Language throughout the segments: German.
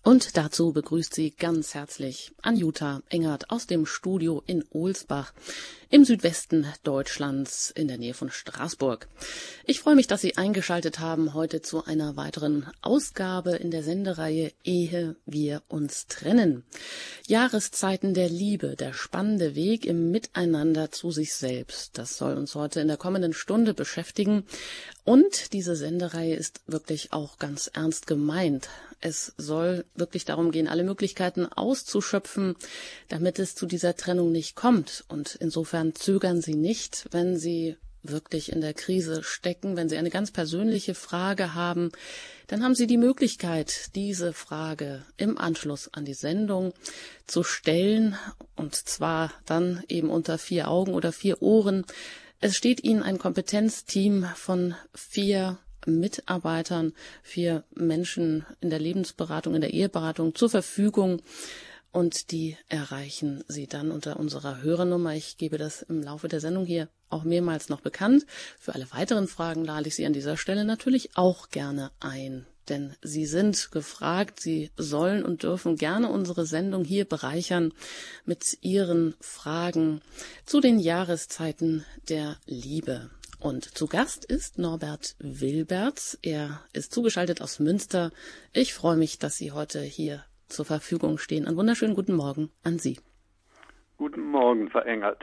Und dazu begrüßt sie ganz herzlich Anjuta Engert aus dem Studio in Ohlsbach im Südwesten Deutschlands in der Nähe von Straßburg. Ich freue mich, dass Sie eingeschaltet haben heute zu einer weiteren Ausgabe in der Sendereihe Ehe wir uns trennen. Jahreszeiten der Liebe, der spannende Weg im Miteinander zu sich selbst. Das soll uns heute in der kommenden Stunde beschäftigen. Und diese Sendereihe ist wirklich auch ganz ernst gemeint. Es soll wirklich darum gehen, alle Möglichkeiten auszuschöpfen, damit es zu dieser Trennung nicht kommt. Und insofern zögern Sie nicht, wenn Sie wirklich in der Krise stecken, wenn Sie eine ganz persönliche Frage haben, dann haben Sie die Möglichkeit, diese Frage im Anschluss an die Sendung zu stellen, und zwar dann eben unter 4 Augen oder 4 Ohren. Es steht Ihnen ein Kompetenzteam von 4 Mitarbeitern, 4 Menschen in der Lebensberatung, in der Eheberatung zur Verfügung. Und die erreichen Sie dann unter unserer Hörernummer. Ich gebe das im Laufe der Sendung hier auch mehrmals noch bekannt. Für alle weiteren Fragen lade ich Sie an dieser Stelle natürlich auch gerne ein. Denn Sie sind gefragt, Sie sollen und dürfen gerne unsere Sendung hier bereichern mit Ihren Fragen zu den Jahreszeiten der Liebe. Und zu Gast ist Norbert Wilberts. Er ist zugeschaltet aus Münster. Ich freue mich, dass Sie heute hier zur Verfügung stehen. Einen wunderschönen guten Morgen an Sie. Guten Morgen, Frau Engert.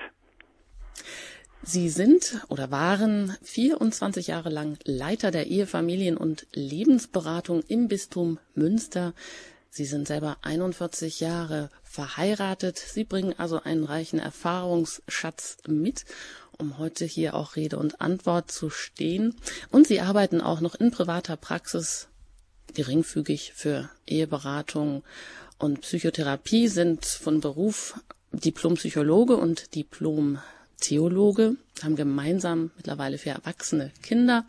Sie sind oder waren 24 Jahre lang Leiter der Ehe-, Familien- und Lebensberatung im Bistum Münster. Sie sind selber 41 Jahre verheiratet. Sie bringen also einen reichen Erfahrungsschatz mit, um heute hier auch Rede und Antwort zu stehen. Und Sie arbeiten auch noch in privater Praxis geringfügig für Eheberatung und Psychotherapie, sind von Beruf Diplompsychologe und Diplom-Theologe, haben gemeinsam mittlerweile 4 erwachsene Kinder.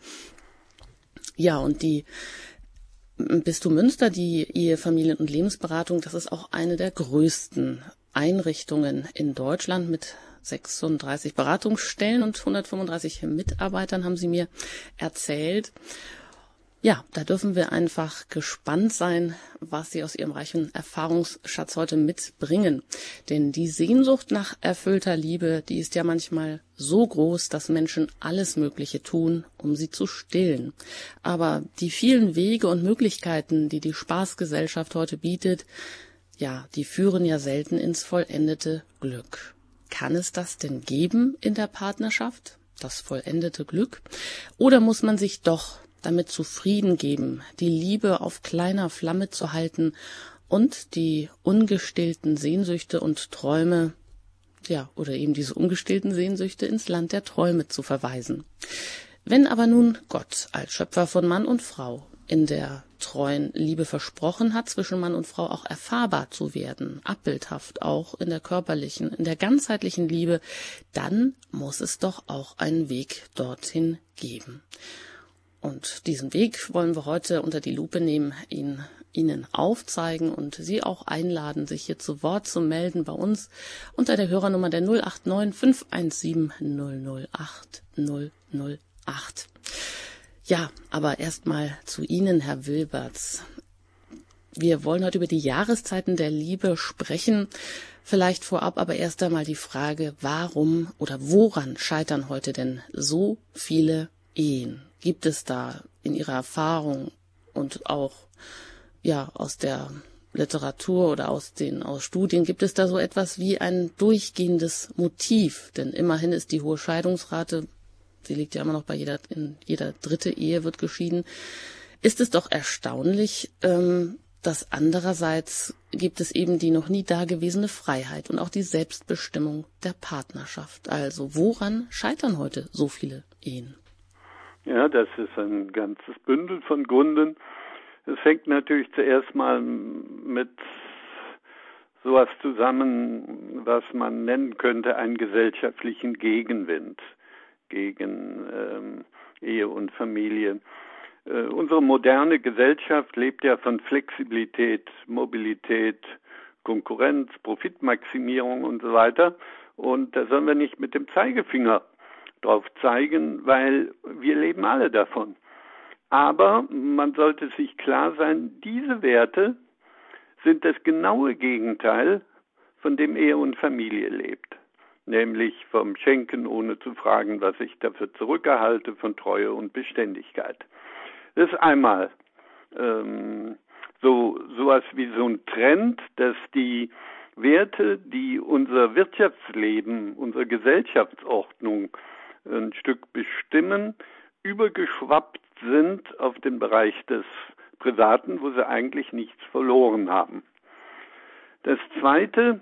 Ja, und die Bistum Münster, die Ehe-, Familien- und Lebensberatung, das ist auch eine der größten Einrichtungen in Deutschland mit 36 Beratungsstellen und 135 Mitarbeitern, haben Sie mir erzählt. Ja, da dürfen wir einfach gespannt sein, was Sie aus Ihrem reichen Erfahrungsschatz heute mitbringen. Denn die Sehnsucht nach erfüllter Liebe, die ist ja manchmal so groß, dass Menschen alles Mögliche tun, um sie zu stillen. Aber die vielen Wege und Möglichkeiten, die die Spaßgesellschaft heute bietet, ja, die führen ja selten ins vollendete Glück. Kann es das denn geben in der Partnerschaft, das vollendete Glück? Oder muss man sich doch damit zufrieden geben, die Liebe auf kleiner Flamme zu halten und die ungestillten Sehnsüchte und Träume, ja, oder eben diese ungestillten Sehnsüchte ins Land der Träume zu verweisen? Wenn aber nun Gott als Schöpfer von Mann und Frau in der treuen Liebe versprochen hat, zwischen Mann und Frau auch erfahrbar zu werden, abbildhaft auch in der körperlichen, in der ganzheitlichen Liebe, dann muss es doch auch einen Weg dorthin geben. Und diesen Weg wollen wir heute unter die Lupe nehmen, ihn Ihnen aufzeigen und Sie auch einladen, sich hier zu Wort zu melden bei uns unter der Hörernummer der 089 517 008 008. Ja, aber erstmal zu Ihnen, Herr Wilberts. Wir wollen heute über die Jahreszeiten der Liebe sprechen. Vielleicht vorab aber erst einmal die Frage, warum oder woran scheitern heute denn so viele Ehen? Gibt es da in Ihrer Erfahrung und auch ja aus der Literatur oder aus Studien, gibt es da so etwas wie ein durchgehendes Motiv? Denn immerhin ist die hohe Scheidungsrate, sie liegt ja immer noch in jeder 3. Ehe wird geschieden. Ist es doch erstaunlich, dass andererseits gibt es eben die noch nie dagewesene Freiheit und auch die Selbstbestimmung der Partnerschaft. Also woran scheitern heute so viele Ehen? Ja, das ist ein ganzes Bündel von Gründen. Es hängt natürlich zuerst mal mit sowas zusammen, was man nennen könnte, einen gesellschaftlichen Gegenwind gegen Ehe und Familie. Unsere moderne Gesellschaft lebt ja von Flexibilität, Mobilität, Konkurrenz, Profitmaximierung und so weiter. Und da sollen wir nicht mit dem Zeigefinger drauf zeigen, weil wir leben alle davon. Aber man sollte sich klar sein, diese Werte sind das genaue Gegenteil, von dem Ehe und Familie lebt. Nämlich vom Schenken, ohne zu fragen, was ich dafür zurückerhalte, von Treue und Beständigkeit. Das ist einmal sowas wie so ein Trend, dass die Werte, die unser Wirtschaftsleben, unsere Gesellschaftsordnung ein Stück bestimmen, übergeschwappt sind auf den Bereich des Privaten, wo sie eigentlich nichts verloren haben. Das Zweite,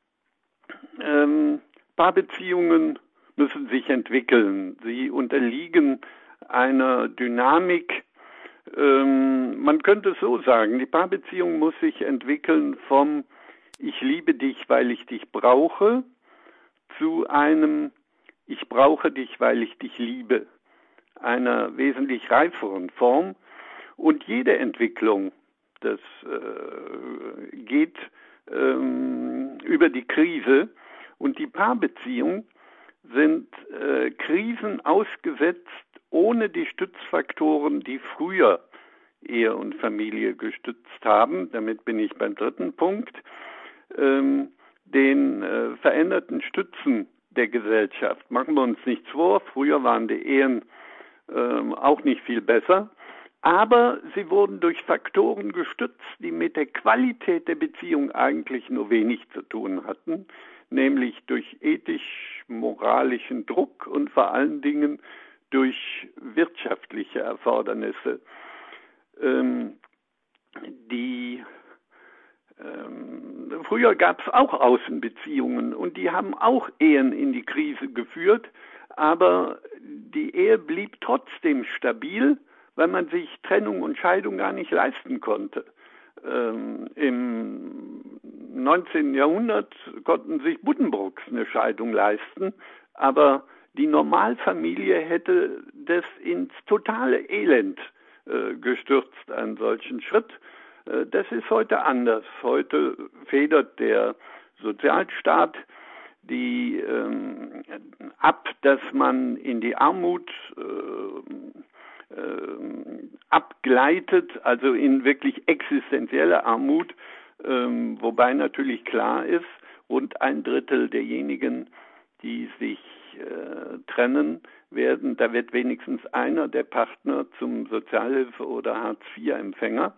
Paarbeziehungen müssen sich entwickeln. Sie unterliegen einer Dynamik. Man könnte es so sagen, die Paarbeziehung muss sich entwickeln vom Ich liebe dich, weil ich dich brauche, zu einem Ich brauche dich, weil ich dich liebe, einer wesentlich reiferen Form. Und jede Entwicklung, das geht über die Krise, und die Paarbeziehung sind Krisen ausgesetzt ohne die Stützfaktoren, die früher Ehe und Familie gestützt haben. Damit bin ich beim dritten Punkt, den veränderten Stützen der Gesellschaft. Machen wir uns nichts vor, früher waren die Ehen auch nicht viel besser, aber sie wurden durch Faktoren gestützt, die mit der Qualität der Beziehung eigentlich nur wenig zu tun hatten, nämlich durch ethisch-moralischen Druck und vor allen Dingen durch wirtschaftliche Erfordernisse. Früher gab es auch Außenbeziehungen und die haben auch Ehen in die Krise geführt, aber die Ehe blieb trotzdem stabil, weil man sich Trennung und Scheidung gar nicht leisten konnte. Im 19. Jahrhundert konnten sich Buddenbrooks eine Scheidung leisten, aber die Normalfamilie hätte das ins totale Elend gestürzt, einen solchen Schritt. Das ist heute anders. Heute federt der Sozialstaat ab, dass man in die Armut abgleitet, also in wirklich existenzielle Armut, wobei natürlich klar ist, rund 1/3 derjenigen, die sich trennen werden, da wird wenigstens einer der Partner zum Sozialhilfe- oder Hartz-IV-Empfänger.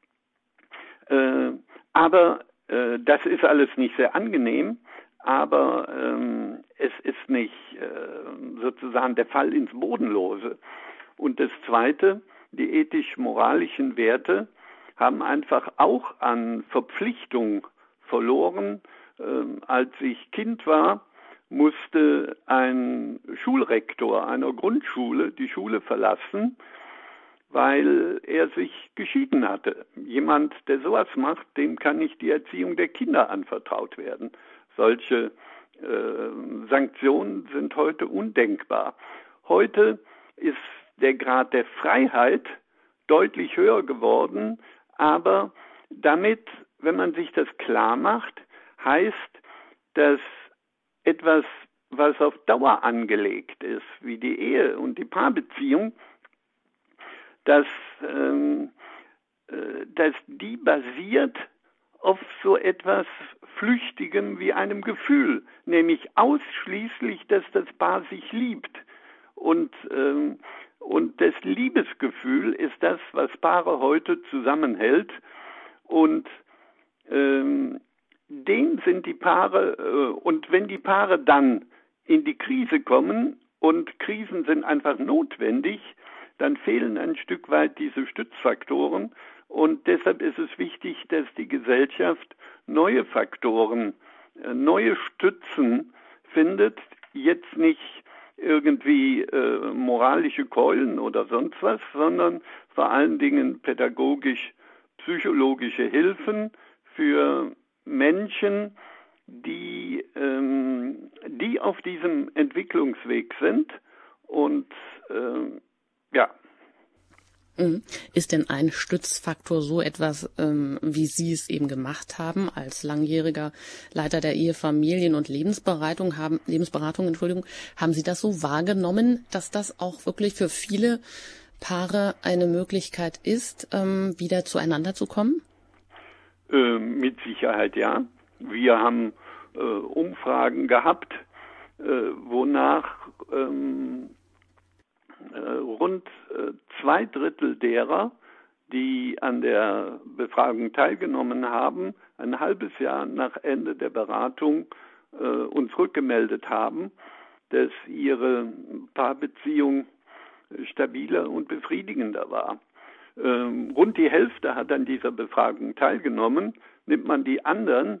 Aber das ist alles nicht sehr angenehm, aber es ist nicht sozusagen der Fall ins Bodenlose. Und das Zweite, die ethisch-moralischen Werte haben einfach auch an Verpflichtung verloren. Als ich Kind war, musste ein Schulrektor einer Grundschule die Schule verlassen, weil er sich geschieden hatte. Jemand, der sowas macht, dem kann nicht die Erziehung der Kinder anvertraut werden. Solche Sanktionen sind heute undenkbar. Heute ist der Grad der Freiheit deutlich höher geworden, aber damit, wenn man sich das klar macht, heißt, dass etwas, was auf Dauer angelegt ist, wie die Ehe und die Paarbeziehung, dass die basiert auf so etwas Flüchtigem wie einem Gefühl, nämlich ausschließlich, dass das Paar sich liebt. Und das Liebesgefühl ist das, was Paare heute zusammenhält. Und dem sind die Paare, und wenn die Paare dann in die Krise kommen, und Krisen sind einfach notwendig, dann fehlen ein Stück weit diese Stützfaktoren. Und deshalb ist es wichtig, dass die Gesellschaft neue Faktoren, neue Stützen findet, jetzt nicht irgendwie moralische Keulen oder sonst was, sondern vor allen Dingen pädagogisch-psychologische Hilfen für Menschen, die auf diesem Entwicklungsweg sind. Und ja. Ist denn ein Stützfaktor so etwas, wie Sie es eben gemacht haben, als langjähriger Leiter der Ehe-, Familien- und Lebensberatung, haben Sie das so wahrgenommen, dass das auch wirklich für viele Paare eine Möglichkeit ist, wieder zueinander zu kommen? Mit Sicherheit ja. Wir haben Umfragen gehabt, wonach rund 2/3 derer, die an der Befragung teilgenommen haben, ein halbes Jahr nach Ende der Beratung uns rückgemeldet haben, dass ihre Paarbeziehung stabiler und befriedigender war. Rund die Hälfte hat an dieser Befragung teilgenommen. Nimmt man die anderen,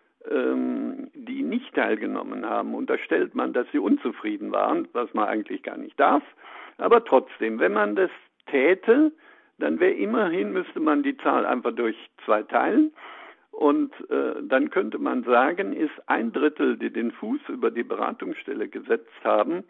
die nicht teilgenommen haben, unterstellt man, dass sie unzufrieden waren, was man eigentlich gar nicht darf. Aber trotzdem, wenn man das täte, dann müsste man die Zahl einfach durch 2 teilen. Und dann könnte man sagen, ist 1/3, die den Fuß über die Beratungsstelle gesetzt haben,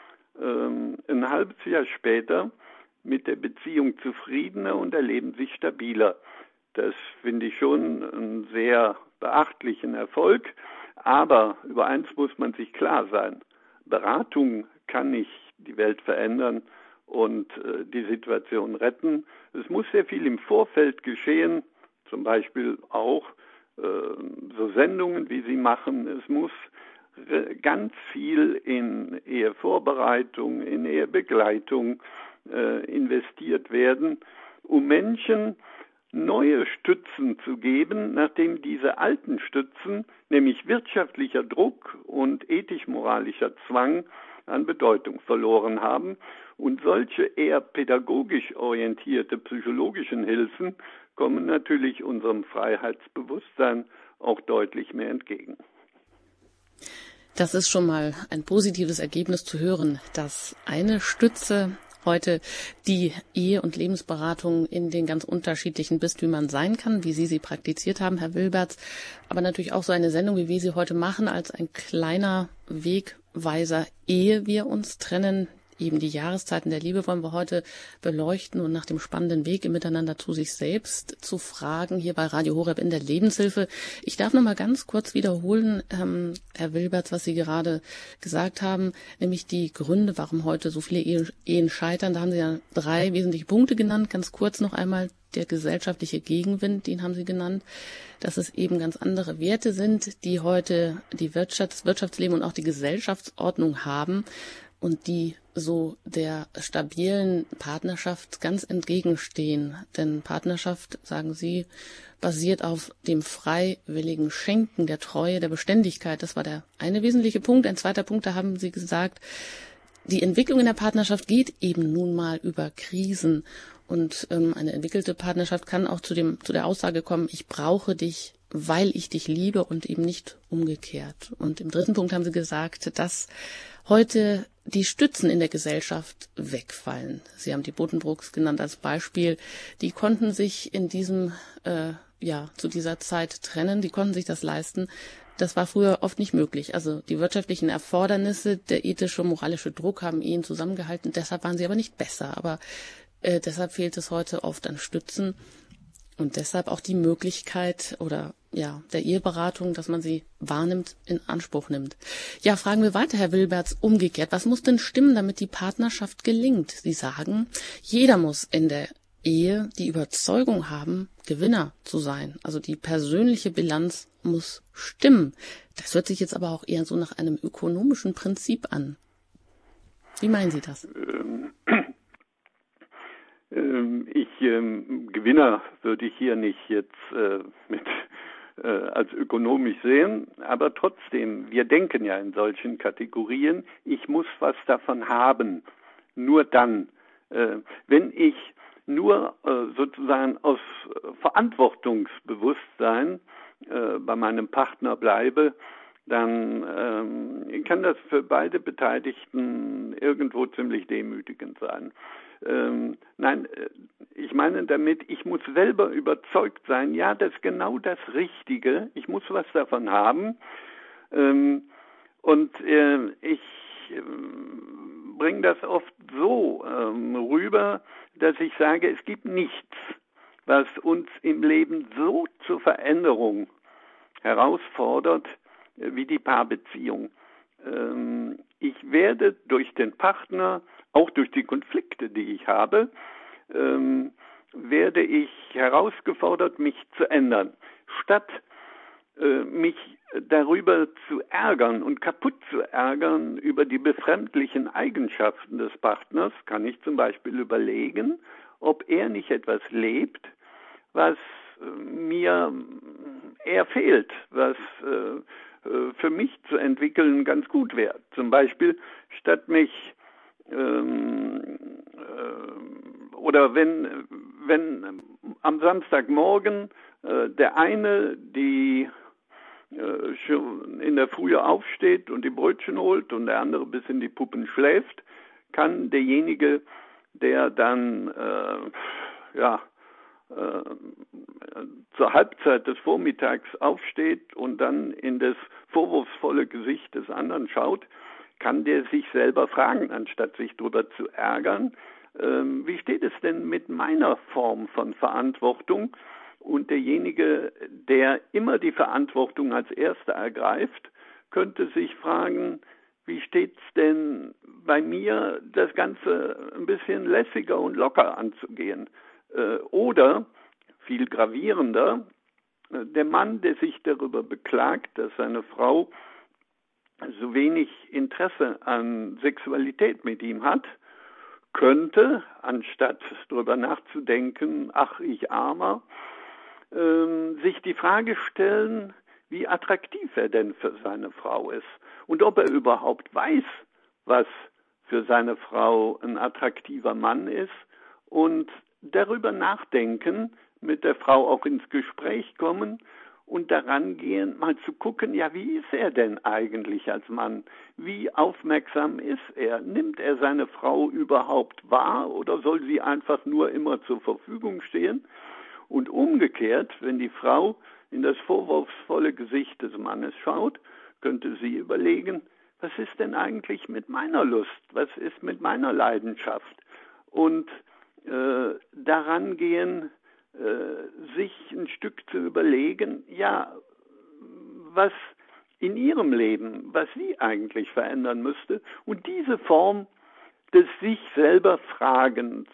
ein halbes Jahr später mit der Beziehung zufriedener und erleben sich stabiler. Das finde ich schon einen sehr beachtlichen Erfolg. Aber über eins muss man sich klar sein. Beratung kann nicht die Welt verändern und die Situation retten. Es muss sehr viel im Vorfeld geschehen, zum Beispiel auch so Sendungen, wie Sie machen. Es muss ganz viel in Ehevorbereitung, in Ehebegleitung investiert werden, um Menschen neue Stützen zu geben, nachdem diese alten Stützen, nämlich wirtschaftlicher Druck und ethisch-moralischer Zwang, an Bedeutung verloren haben. Und solche eher pädagogisch orientierte psychologischen Hilfen kommen natürlich unserem Freiheitsbewusstsein auch deutlich mehr entgegen. Das ist schon mal ein positives Ergebnis zu hören, dass eine Stütze heute die Ehe- und Lebensberatung in den ganz unterschiedlichen Bistümern sein kann, wie Sie sie praktiziert haben, Herr Wilberts, aber natürlich auch so eine Sendung, wie wir sie heute machen, als ein kleiner Wegweiser, ehe wir uns trennen. Eben die Jahreszeiten der Liebe wollen wir heute beleuchten und nach dem spannenden Weg im Miteinander zu sich selbst zu fragen, hier bei Radio Horeb in der Lebenshilfe. Ich darf noch mal ganz kurz wiederholen, Herr Wilberts, was Sie gerade gesagt haben, nämlich die Gründe, warum heute so viele Ehen scheitern. Da haben Sie ja 3 wesentliche Punkte genannt. Ganz kurz noch einmal der gesellschaftliche Gegenwind, den haben Sie genannt, dass es eben ganz andere Werte sind, die heute die Wirtschaftsleben und auch die Gesellschaftsordnung haben und die so der stabilen Partnerschaft ganz entgegenstehen. Denn Partnerschaft, sagen Sie, basiert auf dem freiwilligen Schenken, der Treue, der Beständigkeit. Das war der eine wesentliche Punkt. Ein zweiter Punkt, da haben Sie gesagt, die Entwicklung in der Partnerschaft geht eben nun mal über Krisen. Und eine entwickelte Partnerschaft kann auch zu der Aussage kommen, ich brauche dich, weil ich dich liebe und eben nicht umgekehrt. Und im dritten Punkt haben Sie gesagt, dass heute die Stützen in der Gesellschaft wegfallen. Sie haben die Buddenbrooks genannt als Beispiel. Die konnten sich in diesem, zu dieser Zeit trennen. Die konnten sich das leisten. Das war früher oft nicht möglich. Also die wirtschaftlichen Erfordernisse, der ethische, moralische Druck haben Ehen zusammengehalten. Deshalb waren sie aber nicht besser. Aber deshalb fehlt es heute oft an Stützen. Und deshalb auch die Möglichkeit der Eheberatung, dass man sie wahrnimmt, in Anspruch nimmt. Ja, fragen wir weiter, Herr Wilberts, umgekehrt. Was muss denn stimmen, damit die Partnerschaft gelingt? Sie sagen, jeder muss in der Ehe die Überzeugung haben, Gewinner zu sein. Also die persönliche Bilanz muss stimmen. Das hört sich jetzt aber auch eher so nach einem ökonomischen Prinzip an. Wie meinen Sie das? Gewinner würde ich hier nicht jetzt als ökonomisch sehen, aber trotzdem, wir denken ja in solchen Kategorien, ich muss was davon haben. Nur dann, wenn ich nur sozusagen aus Verantwortungsbewusstsein bei meinem Partner bleibe, dann kann das für beide Beteiligten irgendwo ziemlich demütigend sein. Nein, ich meine damit, ich muss selber überzeugt sein, ja, das ist genau das Richtige, ich muss was davon haben. Ich bringe das oft so rüber, dass ich sage, es gibt nichts, was uns im Leben so zur Veränderung herausfordert, wie die Paarbeziehung. Ich werde durch den Partner, auch durch die Konflikte, die ich habe, werde ich herausgefordert, mich zu ändern. statt mich darüber zu ärgern und kaputt zu ärgern über die befremdlichen Eigenschaften des Partners, kann ich zum Beispiel überlegen, ob er nicht etwas lebt, was mir eher fehlt, was für mich zu entwickeln ganz gut wäre. Zum Beispiel, statt mich oder wenn am Samstagmorgen der eine die schon in der Früh aufsteht und die Brötchen holt und der andere bis in die Puppen schläft, kann derjenige, der dann zur Halbzeit des Vormittags aufsteht und dann in das vorwurfsvolle Gesicht des anderen schaut, kann der sich selber fragen, anstatt sich darüber zu ärgern, wie steht es denn mit meiner Form von Verantwortung? Und derjenige, der immer die Verantwortung als Erster ergreift, könnte sich fragen, wie steht's denn bei mir, das Ganze ein bisschen lässiger und locker anzugehen? Oder, viel gravierender, der Mann, der sich darüber beklagt, dass seine Frau so wenig Interesse an Sexualität mit ihm hat, könnte, anstatt darüber nachzudenken, ach, ich Armer, sich die Frage stellen, wie attraktiv er denn für seine Frau ist und ob er überhaupt weiß, was für seine Frau ein attraktiver Mann ist und darüber nachdenken, mit der Frau auch ins Gespräch kommen und daran gehen, mal zu gucken, ja, wie ist er denn eigentlich als Mann? Wie aufmerksam ist er? Nimmt er seine Frau überhaupt wahr oder soll sie einfach nur immer zur Verfügung stehen? Und umgekehrt, wenn die Frau in das vorwurfsvolle Gesicht des Mannes schaut, könnte sie überlegen, was ist denn eigentlich mit meiner Lust? Was ist mit meiner Leidenschaft? Und daran gehen, sich ein Stück zu überlegen, ja, was in ihrem Leben, was sie eigentlich verändern müsste. Und diese Form des sich selber Fragens,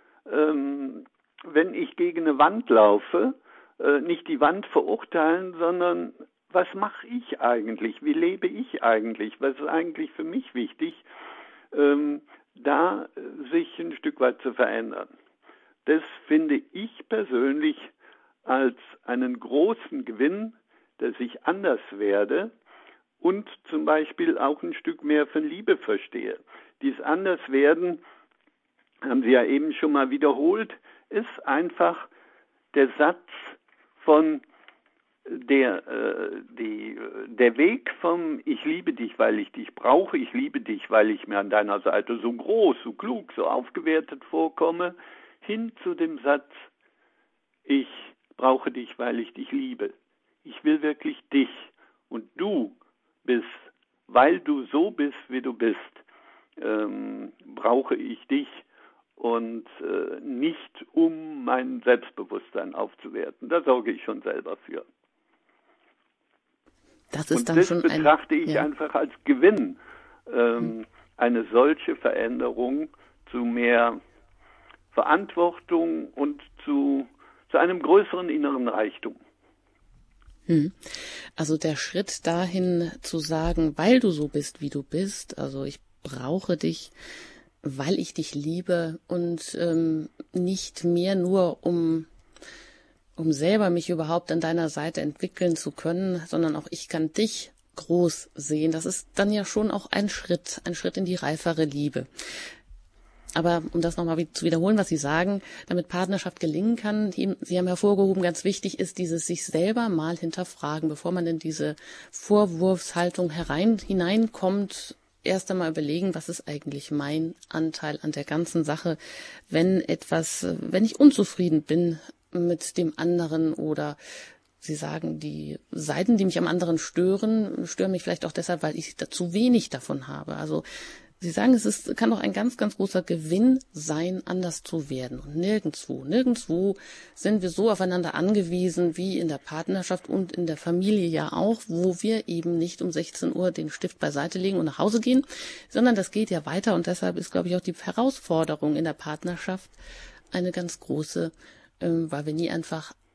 wenn ich gegen eine Wand laufe, nicht die Wand verurteilen, sondern was mache ich eigentlich? Wie lebe ich eigentlich? Was ist eigentlich für mich wichtig? Da sich ein Stück weit zu verändern. Das finde ich persönlich als einen großen Gewinn, dass ich anders werde und zum Beispiel auch ein Stück mehr von Liebe verstehe. Dies Anderswerden, haben Sie ja eben schon mal wiederholt, ist einfach der Satz von der Weg vom ich liebe dich, weil ich dich brauche, ich liebe dich, weil ich mir an deiner Seite so groß, so klug, so aufgewertet vorkomme, hin zu dem Satz, ich brauche dich, weil ich dich liebe. Ich will wirklich dich und du bist, weil du so bist, wie du bist, brauche ich dich und nicht um mein Selbstbewusstsein aufzuwerten. Da sorge ich schon selber für. Das ist und dann das schon betrachte ich einfach als Gewinn, eine solche Veränderung zu mehr Verantwortung und zu einem größeren inneren Reichtum. Also der Schritt dahin zu sagen, weil du so bist, wie du bist, also ich brauche dich, weil ich dich liebe und nicht mehr nur um selber mich überhaupt an deiner Seite entwickeln zu können, sondern auch ich kann dich groß sehen. Das ist dann ja schon auch ein Schritt in die reifere Liebe. Aber um das nochmal zu wiederholen, was Sie sagen, damit Partnerschaft gelingen kann, Sie haben hervorgehoben, ganz wichtig ist dieses sich selber mal hinterfragen, bevor man in diese Vorwurfshaltung hineinkommt, erst einmal überlegen, was ist eigentlich mein Anteil an der ganzen Sache, wenn ich unzufrieden bin mit dem anderen oder Sie sagen, die Seiten, die mich am anderen stören mich vielleicht auch deshalb, weil ich zu wenig davon habe. Also Sie sagen, es kann doch ein ganz, ganz großer Gewinn sein, anders zu werden. Und nirgendwo sind wir so aufeinander angewiesen wie in der Partnerschaft und in der Familie ja auch, wo wir eben nicht um 16 Uhr den Stift beiseite legen und nach Hause gehen, sondern das geht ja weiter. Und deshalb ist, glaube ich, auch die Herausforderung in der Partnerschaft eine ganz große, weil wir nie einfach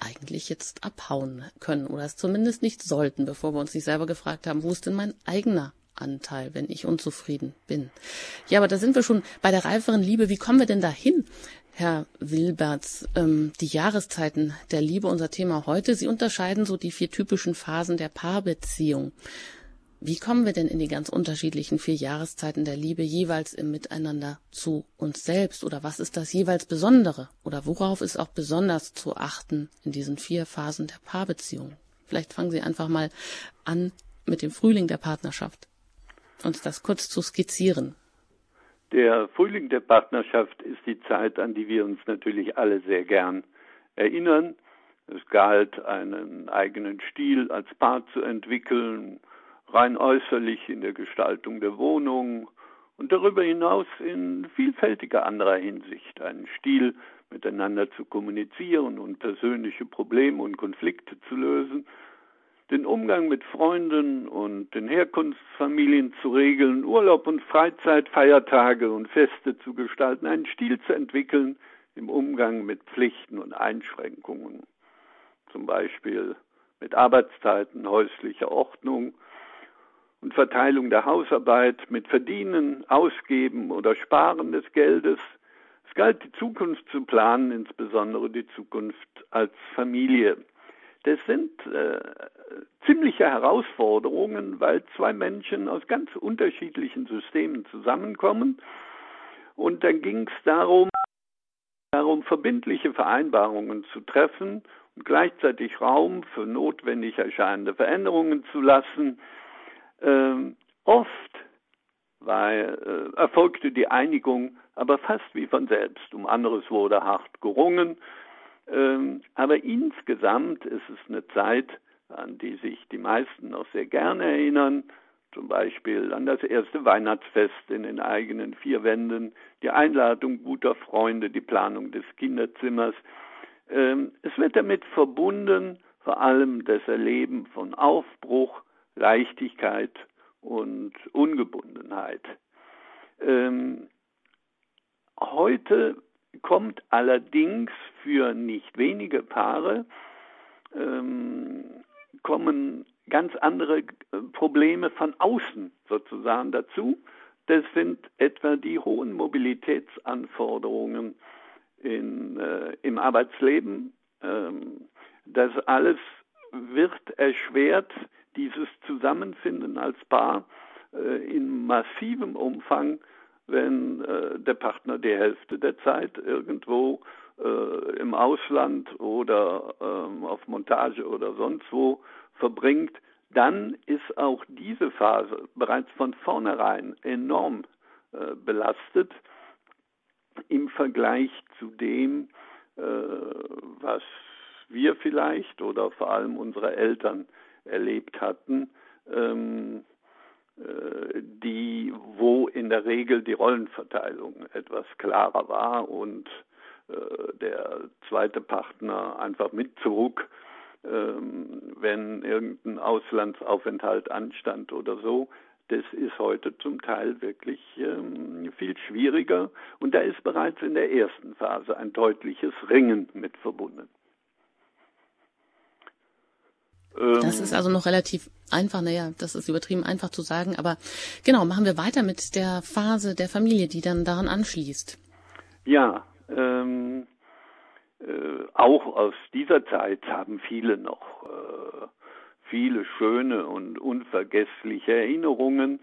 eigentlich jetzt abhauen können oder es zumindest nicht sollten, bevor wir uns nicht selber gefragt haben, wo ist denn mein eigener Anteil, wenn ich unzufrieden bin. Ja, aber da sind wir schon bei der reiferen Liebe. Wie kommen wir denn dahin, Herr Wilberts? Die Jahreszeiten der Liebe, unser Thema heute. Sie unterscheiden so die 4 typischen Phasen der Paarbeziehung. Wie kommen wir denn in die ganz unterschiedlichen 4 Jahreszeiten der Liebe jeweils im Miteinander zu uns selbst? Oder was ist das jeweils Besondere? Oder worauf ist auch besonders zu achten in diesen 4 Phasen der Paarbeziehung? Vielleicht fangen Sie einfach mal an mit dem Frühling der Partnerschaft, uns das kurz zu skizzieren. Der Frühling der Partnerschaft ist die Zeit, an die wir uns natürlich alle sehr gern erinnern. Es galt, einen eigenen Stil als Paar zu entwickeln, rein äußerlich in der Gestaltung der Wohnung und darüber hinaus in vielfältiger anderer Hinsicht, einen Stil miteinander zu kommunizieren und persönliche Probleme und Konflikte zu lösen, den Umgang mit Freunden und den Herkunftsfamilien zu regeln, Urlaub und Freizeit, Feiertage und Feste zu gestalten, einen Stil zu entwickeln im Umgang mit Pflichten und Einschränkungen, zum Beispiel mit Arbeitszeiten, häuslicher Ordnung und Verteilung der Hausarbeit, mit Verdienen, Ausgeben oder Sparen des Geldes. Es galt, die Zukunft zu planen, insbesondere die Zukunft als Familie. Das sind ziemliche Herausforderungen, weil 2 Menschen aus ganz unterschiedlichen Systemen zusammenkommen. Und dann ging es darum, verbindliche Vereinbarungen zu treffen und gleichzeitig Raum für notwendig erscheinende Veränderungen zu lassen. Oft erfolgte die Einigung aber fast wie von selbst. Um anderes wurde hart gerungen. Aber insgesamt ist es eine Zeit, an die sich die meisten noch sehr gerne erinnern, zum Beispiel an das erste Weihnachtsfest in den eigenen 4 Wänden, die Einladung guter Freunde, die Planung des Kinderzimmers. Es wird damit verbunden, vor allem das Erleben von Aufbruch, Leichtigkeit und Ungebundenheit. Heute kommt allerdings für nicht wenige Paare kommen ganz andere Probleme von außen sozusagen dazu. Das sind etwa die hohen Mobilitätsanforderungen im Arbeitsleben. Das alles wird erschwert, dieses Zusammenfinden als Paar in massivem Umfang, wenn der Partner die Hälfte der Zeit irgendwo im Ausland oder auf Montage oder sonst wo verbringt, dann ist auch diese Phase bereits von vornherein enorm belastet im Vergleich zu dem, was wir vielleicht oder vor allem unsere Eltern erlebt hatten, wo in der Regel die Rollenverteilung etwas klarer war und der zweite Partner einfach mitzog, wenn irgendein Auslandsaufenthalt anstand oder so. Das ist heute zum Teil wirklich viel schwieriger und da ist bereits in der ersten Phase ein deutliches Ringen mit verbunden. Das ist also noch relativ einfach, das ist übertrieben einfach zu sagen, aber genau, machen wir weiter mit der Phase der Familie, die dann daran anschließt. Ja, auch aus dieser Zeit haben viele noch viele schöne und unvergessliche Erinnerungen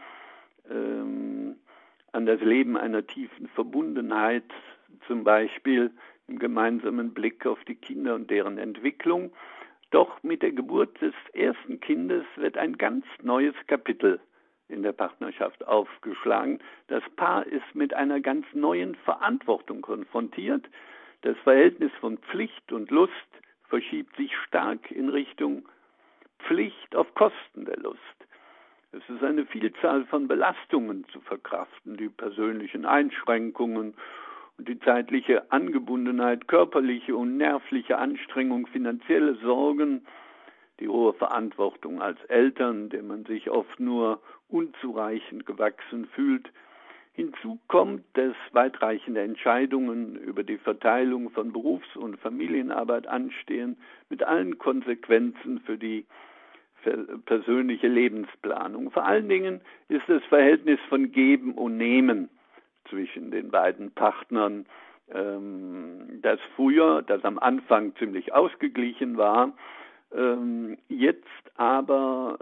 an das Leben einer tiefen Verbundenheit, zum Beispiel im gemeinsamen Blick auf die Kinder und deren Entwicklung. Doch mit der Geburt des ersten Kindes wird ein ganz neues Kapitel in der Partnerschaft aufgeschlagen. Das Paar ist mit einer ganz neuen Verantwortung konfrontiert. Das Verhältnis von Pflicht und Lust verschiebt sich stark in Richtung Pflicht auf Kosten der Lust. Es ist eine Vielzahl von Belastungen zu verkraften, die persönlichen Einschränkungen und die zeitliche Angebundenheit, körperliche und nervliche Anstrengung, finanzielle Sorgen, die hohe Verantwortung als Eltern, der man sich oft nur unzureichend gewachsen fühlt, Hinzu kommt, dass weitreichende Entscheidungen über die Verteilung von Berufs- und Familienarbeit anstehen, mit allen Konsequenzen für die persönliche Lebensplanung. Vor allen Dingen ist das Verhältnis von Geben und Nehmen zwischen den beiden Partnern, das am Anfang ziemlich ausgeglichen war, jetzt aber,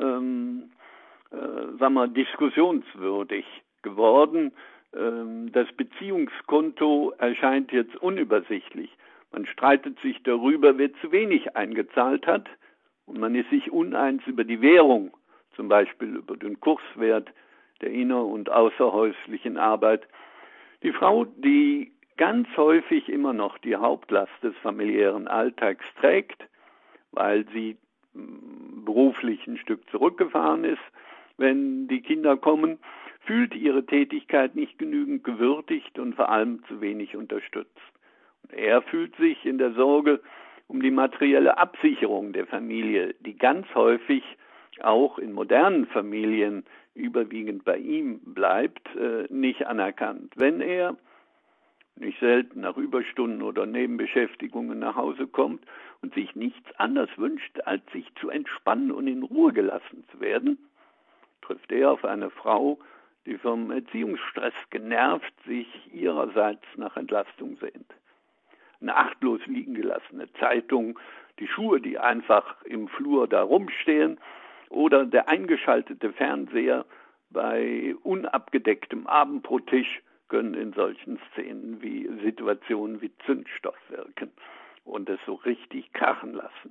diskussionswürdig geworden. Das Beziehungskonto erscheint jetzt unübersichtlich. Man streitet sich darüber, wer zu wenig eingezahlt hat, und man ist sich uneins über die Währung, zum Beispiel über den Kurswert der inner- und außerhäuslichen Arbeit. Die Frau, die ganz häufig immer noch die Hauptlast des familiären Alltags trägt, weil sie beruflich ein Stück zurückgefahren ist, wenn die Kinder kommen, fühlt ihre Tätigkeit nicht genügend gewürdigt und vor allem zu wenig unterstützt. Und er fühlt sich in der Sorge um die materielle Absicherung der Familie, die ganz häufig auch in modernen Familien überwiegend bei ihm bleibt, nicht anerkannt. Wenn er nicht selten nach Überstunden oder Nebenbeschäftigungen nach Hause kommt und sich nichts anderes wünscht, als sich zu entspannen und in Ruhe gelassen zu werden, trifft er auf eine Frau, die vom Erziehungsstress genervt sich ihrerseits nach Entlastung sehnt. Eine achtlos liegen gelassene Zeitung, die Schuhe, die einfach im Flur da rumstehen, oder der eingeschaltete Fernseher bei unabgedecktem Abendbrottisch können in solchen Situationen wie Zündstoff wirken und es so richtig krachen lassen.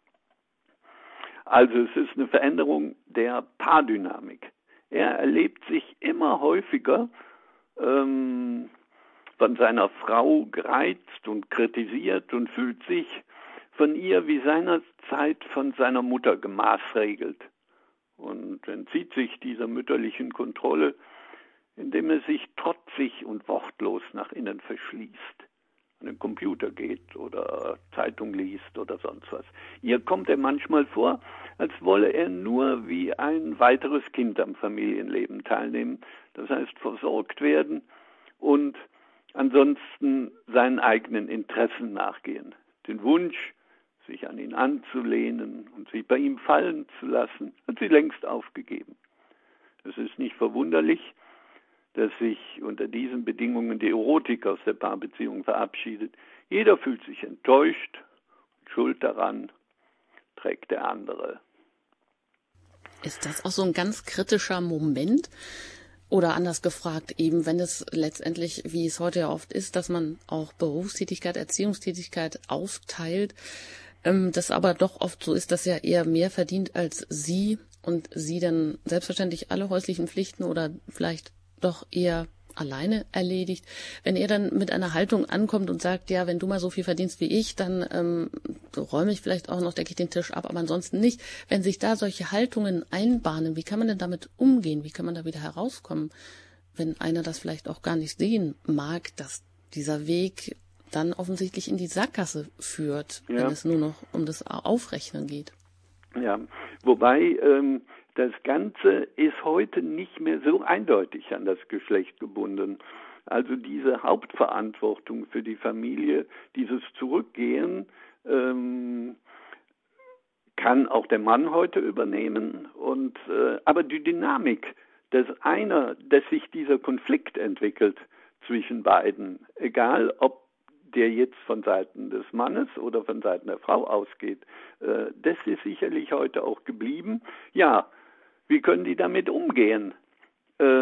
Also es ist eine Veränderung der Paardynamik. Er erlebt sich immer häufiger von seiner Frau gereizt und kritisiert und fühlt sich von ihr wie seinerzeit von seiner Mutter gemaßregelt und entzieht sich dieser mütterlichen Kontrolle, indem er sich trotzig und wortlos nach innen verschließt, an den Computer geht oder Zeitung liest oder sonst was. Ihr kommt er manchmal vor, als wolle er nur wie ein weiteres Kind am Familienleben teilnehmen, das heißt versorgt werden und ansonsten seinen eigenen Interessen nachgehen. Den Wunsch, sich an ihn anzulehnen und sich bei ihm fallen zu lassen, hat sie längst aufgegeben. Es ist nicht verwunderlich, dass sich unter diesen Bedingungen die Erotik aus der Paarbeziehung verabschiedet. Jeder fühlt sich enttäuscht und Schuld daran trägt der andere. Ist das auch so ein ganz kritischer Moment? Oder anders gefragt, eben wenn es letztendlich, wie es heute ja oft ist, dass man auch Berufstätigkeit, Erziehungstätigkeit aufteilt, das aber doch oft so ist, dass er eher mehr verdient als sie und sie dann selbstverständlich alle häuslichen Pflichten oder vielleicht doch eher alleine erledigt. Wenn er dann mit einer Haltung ankommt und sagt, ja, wenn du mal so viel verdienst wie ich, dann räume ich vielleicht auch noch, decke ich den Tisch ab, aber ansonsten nicht. Wenn sich da solche Haltungen einbahnen, wie kann man denn damit umgehen? Wie kann man da wieder herauskommen, wenn einer das vielleicht auch gar nicht sehen mag, dass dieser Weg dann offensichtlich in die Sackgasse führt, wenn es nur noch um das Aufrechnen geht? Ja, wobei das Ganze ist heute nicht mehr so eindeutig an das Geschlecht gebunden. Also diese Hauptverantwortung für die Familie, dieses Zurückgehen, kann auch der Mann heute übernehmen. Aber die Dynamik, dass sich dieser Konflikt entwickelt zwischen beiden, egal ob der jetzt von Seiten des Mannes oder von Seiten der Frau ausgeht, das ist sicherlich heute auch geblieben. Ja, wie können die damit umgehen? Es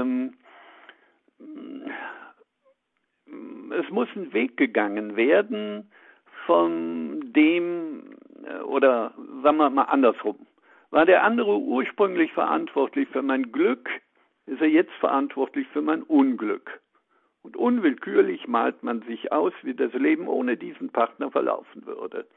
muss ein Weg gegangen werden von dem, oder sagen wir mal andersrum. War der andere ursprünglich verantwortlich für mein Glück, ist er jetzt verantwortlich für mein Unglück. Und unwillkürlich malt man sich aus, wie das Leben ohne diesen Partner verlaufen würde.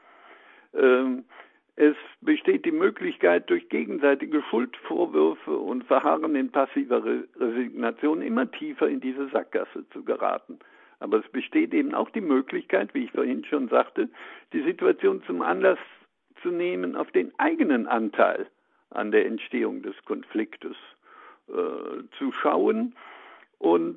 Es besteht die Möglichkeit, durch gegenseitige Schuldvorwürfe und Verharren in passiver Resignation immer tiefer in diese Sackgasse zu geraten. Aber es besteht eben auch die Möglichkeit, wie ich vorhin schon sagte, die Situation zum Anlass zu nehmen, auf den eigenen Anteil an der Entstehung des Konfliktes zu schauen und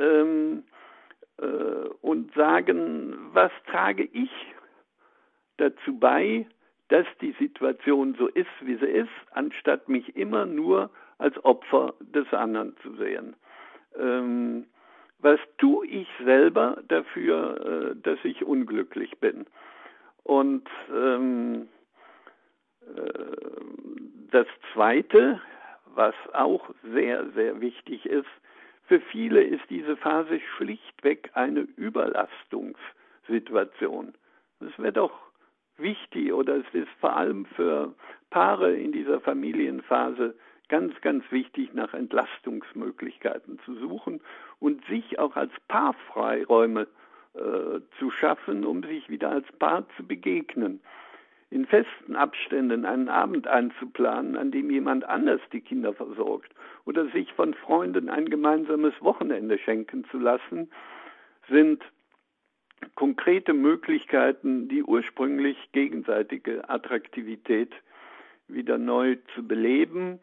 sagen, was trage ich dazu bei, dass die Situation so ist, wie sie ist, anstatt mich immer nur als Opfer des anderen zu sehen. Was tue ich selber dafür, dass ich unglücklich bin? Und das Zweite, was auch sehr, sehr wichtig ist, für viele ist diese Phase schlichtweg eine Überlastungssituation. Es wird auch wichtig, oder es ist vor allem für Paare in dieser Familienphase ganz, ganz wichtig, nach Entlastungsmöglichkeiten zu suchen und sich auch als Paar Freiräume zu schaffen, um sich wieder als Paar zu begegnen. In festen Abständen einen Abend einzuplanen, an dem jemand anders die Kinder versorgt, oder sich von Freunden ein gemeinsames Wochenende schenken zu lassen, sind konkrete Möglichkeiten, die ursprünglich gegenseitige Attraktivität wieder neu zu beleben.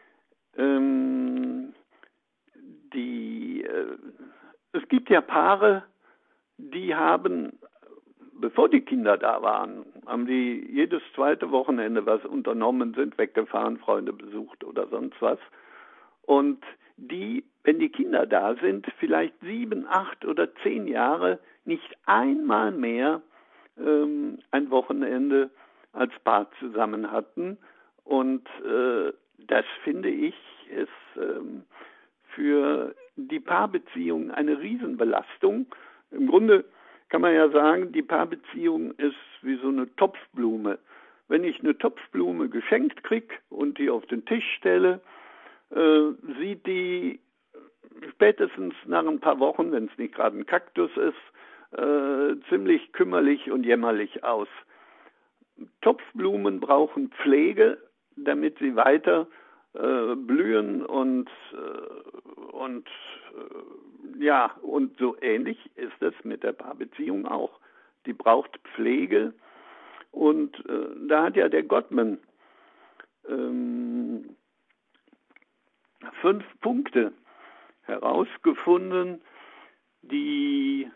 Es gibt ja Paare, die haben, bevor die Kinder da waren, haben die jedes zweite Wochenende was unternommen, sind weggefahren, Freunde besucht oder sonst was. Und die, wenn die Kinder da sind, vielleicht 7, 8 oder 10 Jahre nicht einmal mehr ein Wochenende als Paar zusammen hatten. Und das, finde ich, ist für die Paarbeziehung eine Riesenbelastung. Im Grunde kann man ja sagen, die Paarbeziehung ist wie so eine Topfblume. Wenn ich eine Topfblume geschenkt kriege und die auf den Tisch stelle, sieht die spätestens nach ein paar Wochen, wenn es nicht gerade ein Kaktus ist, ziemlich kümmerlich und jämmerlich aus. Topfblumen brauchen Pflege, damit sie weiter blühen und so ähnlich ist es mit der Paarbeziehung auch. Die braucht Pflege, und da hat ja der Gottman 5 Punkte herausgefunden, die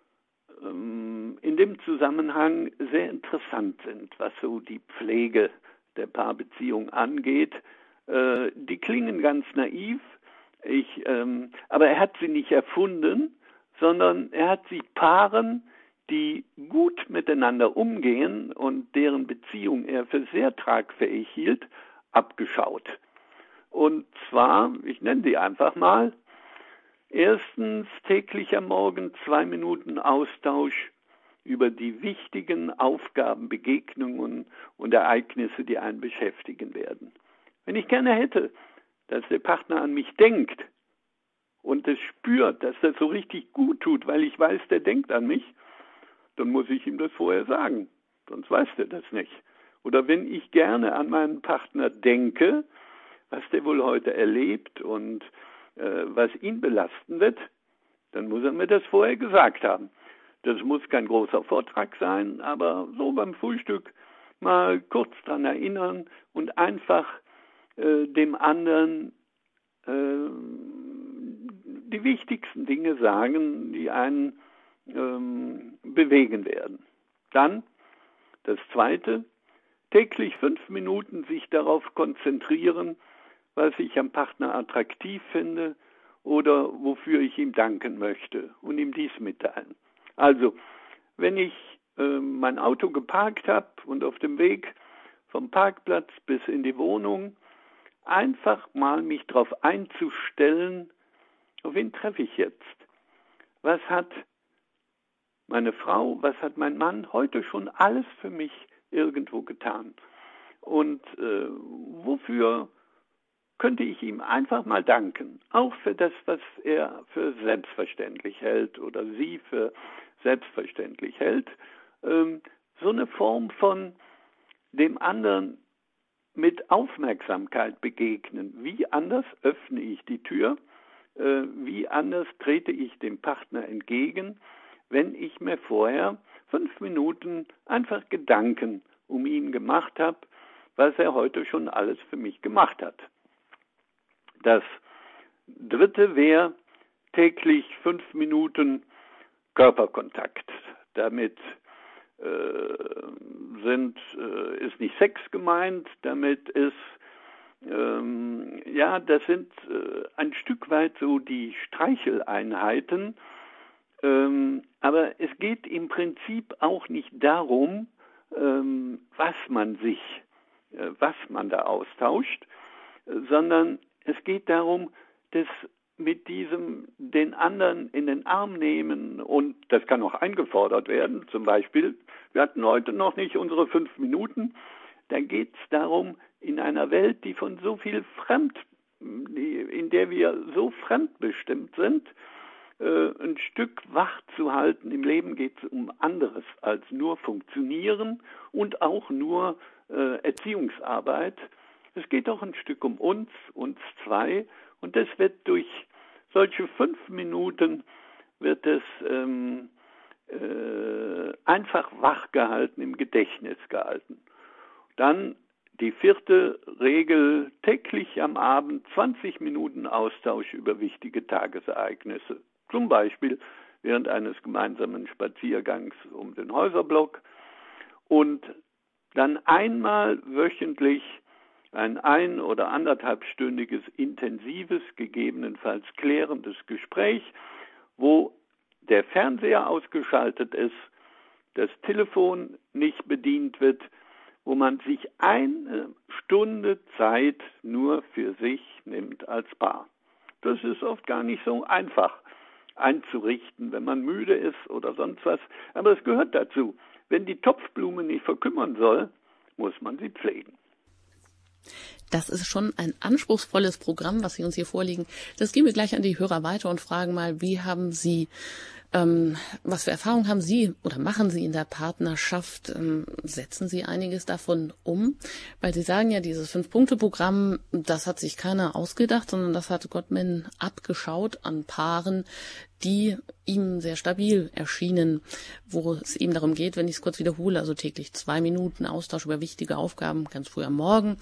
in dem Zusammenhang sehr interessant sind, was so die Pflege der Paarbeziehung angeht. Die klingen ganz naiv, aber er hat sie nicht erfunden, sondern er hat sie Paaren, die gut miteinander umgehen und deren Beziehung er für sehr tragfähig hielt, abgeschaut. Und zwar, ich nenne die einfach mal: Erstens, täglich am Morgen 2 Minuten Austausch über die wichtigen Aufgaben, Begegnungen und Ereignisse, die einen beschäftigen werden. Wenn ich gerne hätte, dass der Partner an mich denkt und es spürt, dass das so richtig gut tut, weil ich weiß, der denkt an mich, dann muss ich ihm das vorher sagen, sonst weiß der das nicht. Oder wenn ich gerne an meinen Partner denke, was der wohl heute erlebt und was ihn belasten wird, dann muss er mir das vorher gesagt haben. Das muss kein großer Vortrag sein, aber so beim Frühstück mal kurz dran erinnern und einfach dem anderen die wichtigsten Dinge sagen, die einen bewegen werden. Dann das Zweite: täglich 5 Minuten sich darauf konzentrieren, was ich am Partner attraktiv finde oder wofür ich ihm danken möchte, und ihm dies mitteilen. Also, wenn ich mein Auto geparkt habe und auf dem Weg vom Parkplatz bis in die Wohnung einfach mal mich darauf einzustellen, auf wen treffe ich jetzt? Was hat meine Frau, was hat mein Mann heute schon alles für mich irgendwo getan? Und wofür könnte ich ihm einfach mal danken? Auch für das, was er für selbstverständlich hält oder sie für selbstverständlich hält. So eine Form von dem anderen mit Aufmerksamkeit begegnen. Wie anders öffne ich die Tür? Wie anders trete ich dem Partner entgegen, wenn ich mir vorher 5 Minuten einfach Gedanken um ihn gemacht habe, was er heute schon alles für mich gemacht hat. Das Dritte wäre, täglich 5 Minuten Körperkontakt. Damit ist nicht Sex gemeint, damit ist, das sind ein Stück weit so die Streicheleinheiten, aber es geht im Prinzip auch nicht darum, was man da austauscht, sondern es geht darum, dass mit diesem den anderen in den Arm nehmen, und das kann auch eingefordert werden. Zum Beispiel, wir hatten heute noch nicht unsere 5 Minuten. Da geht es darum, in einer Welt, die von so viel in der wir so fremdbestimmt sind, ein Stück wach zu halten. Im Leben geht es um anderes als nur Funktionieren und auch nur Erziehungsarbeit. Es geht auch ein Stück um uns zwei, und das wird durch solche 5 Minuten wird es einfach wach gehalten, im Gedächtnis gehalten. Dann die 4. Regel, täglich am Abend 20 Minuten Austausch über wichtige Tagesereignisse. Zum Beispiel während eines gemeinsamen Spaziergangs um den Häuserblock. Und dann einmal wöchentlich ein 1- oder 1,5-stündiges intensives, gegebenenfalls klärendes Gespräch, wo der Fernseher ausgeschaltet ist, das Telefon nicht bedient wird, wo man sich 1 Stunde Zeit nur für sich nimmt als Paar. Das ist oft gar nicht so einfach einzurichten, wenn man müde ist oder sonst was, aber es gehört dazu. Wenn die Topfblume nicht verkümmern soll, muss man sie pflegen. Das ist schon ein anspruchsvolles Programm, was Sie uns hier vorlegen. Das geben wir gleich an die Hörer weiter und fragen mal, wie haben Sie, was für Erfahrungen haben Sie oder machen Sie in der Partnerschaft? Setzen Sie einiges davon um? Weil Sie sagen ja, dieses 5-Punkte-Programm, das hat sich keiner ausgedacht, sondern das hat Gottman abgeschaut an Paaren, die ihm sehr stabil erschienen, wo es ihm darum geht, wenn ich es kurz wiederhole, also täglich 2 Minuten Austausch über wichtige Aufgaben, ganz früh am Morgen,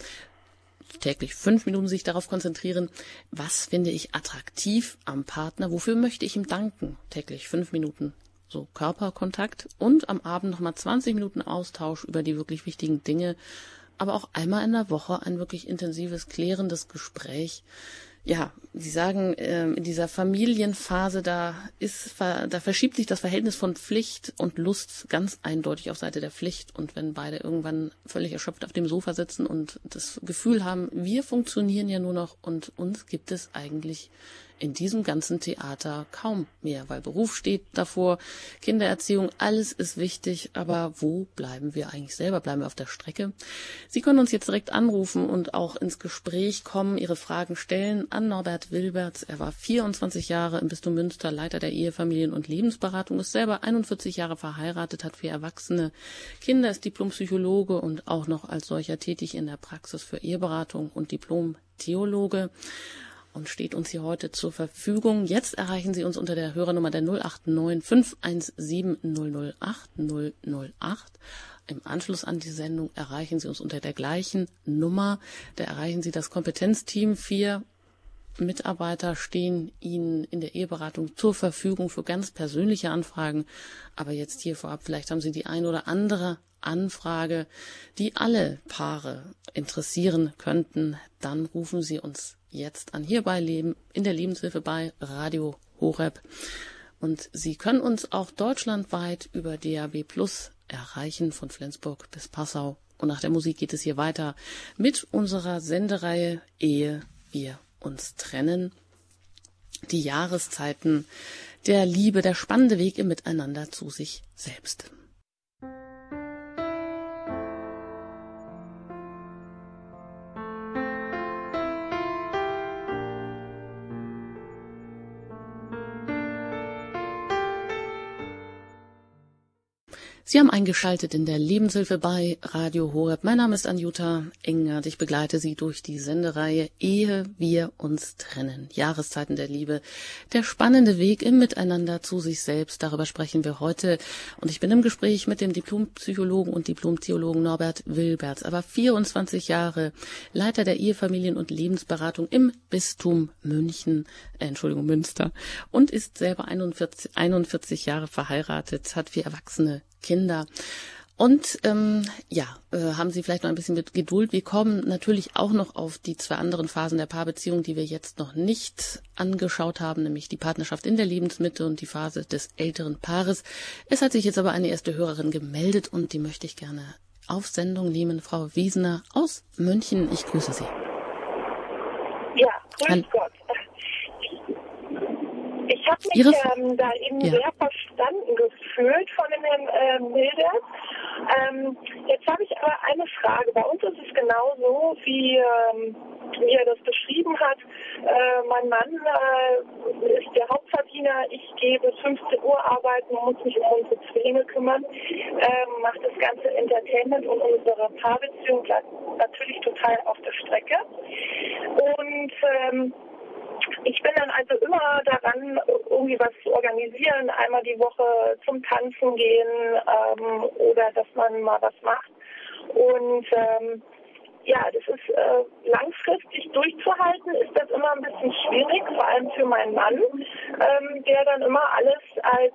täglich 5 Minuten sich darauf konzentrieren, was finde ich attraktiv am Partner, wofür möchte ich ihm danken, täglich 5 Minuten so Körperkontakt und am Abend nochmal 20 Minuten Austausch über die wirklich wichtigen Dinge, aber auch einmal in der Woche ein wirklich intensives, klärendes Gespräch. Ja, Sie sagen, in dieser Familienphase, da verschiebt sich das Verhältnis von Pflicht und Lust ganz eindeutig auf Seite der Pflicht. Und wenn beide irgendwann völlig erschöpft auf dem Sofa sitzen und das Gefühl haben, wir funktionieren ja nur noch und uns gibt es eigentlich in diesem ganzen Theater kaum mehr, weil Beruf steht davor, Kindererziehung, alles ist wichtig, aber wo bleiben wir eigentlich selber? Bleiben wir auf der Strecke? Sie können uns jetzt direkt anrufen und auch ins Gespräch kommen, Ihre Fragen stellen an Norbert Wilberts. Er war 24 Jahre im Bistum Münster, Leiter der Ehefamilien- und Lebensberatung, ist selber 41 Jahre verheiratet, hat 4 erwachsene Kinder, ist Diplompsychologe und auch noch als solcher tätig in der Praxis für Eheberatung und Diplom-Theologe. Und steht uns hier heute zur Verfügung. Jetzt erreichen Sie uns unter der Hörernummer der 089 517 008 008. Im Anschluss an die Sendung erreichen Sie uns unter der gleichen Nummer. Da erreichen Sie das Kompetenzteam. 4 Mitarbeiter stehen Ihnen in der Eheberatung zur Verfügung für ganz persönliche Anfragen. Aber jetzt hier vorab, vielleicht haben Sie die ein oder andere Anfrage, die alle Paare interessieren könnten. Dann rufen Sie uns jetzt an, hier bei Leben, in der Lebenshilfe bei Radio Horeb. Und Sie können uns auch deutschlandweit über DAB+ erreichen, von Flensburg bis Passau. Und nach der Musik geht es hier weiter mit unserer Sendereihe Ehe wir uns trennen. Die Jahreszeiten der Liebe, der spannende Weg im Miteinander zu sich selbst. Sie haben eingeschaltet in der Lebenshilfe bei Radio Horeb. Mein Name ist Anjuta Engert. Ich begleite Sie durch die Sendereihe Ehe wir uns trennen. Jahreszeiten der Liebe. Der spannende Weg im Miteinander zu sich selbst. Darüber sprechen wir heute. Und ich bin im Gespräch mit dem Diplompsychologen und Diplomtheologen Norbert Wilberts. Aber 24 Jahre Leiter der Ehefamilien- und Lebensberatung im Bistum Münster. Und ist selber 41 Jahre verheiratet, hat 4 erwachsene Kinder. Und haben Sie vielleicht noch ein bisschen mit Geduld. Wir kommen natürlich auch noch auf die 2 anderen Phasen der Paarbeziehung, die wir jetzt noch nicht angeschaut haben, nämlich die Partnerschaft in der Lebensmitte und die Phase des älteren Paares. Es hat sich jetzt aber eine erste Hörerin gemeldet und die möchte ich gerne auf Sendung nehmen. Frau Wiesener aus München, ich grüße Sie. Ja, grüß Gott. Ich habe mich da eben sehr verstanden gefühlt von dem Herrn Wilberts. Jetzt habe ich aber eine Frage. Bei uns ist es genauso, wie er das beschrieben hat. Mein Mann ist der Hauptverdiener. Ich gehe bis 15 Uhr arbeiten und muss mich um unsere Zwillinge kümmern. Macht das ganze Entertainment und unsere Paarbeziehung bleibt natürlich total auf der Strecke. Und ich bin dann also immer daran, irgendwie was zu organisieren, einmal die Woche zum Tanzen gehen oder dass man mal was macht. Und das ist langfristig durchzuhalten, ist das immer ein bisschen schwierig, vor allem für meinen Mann, der dann immer alles als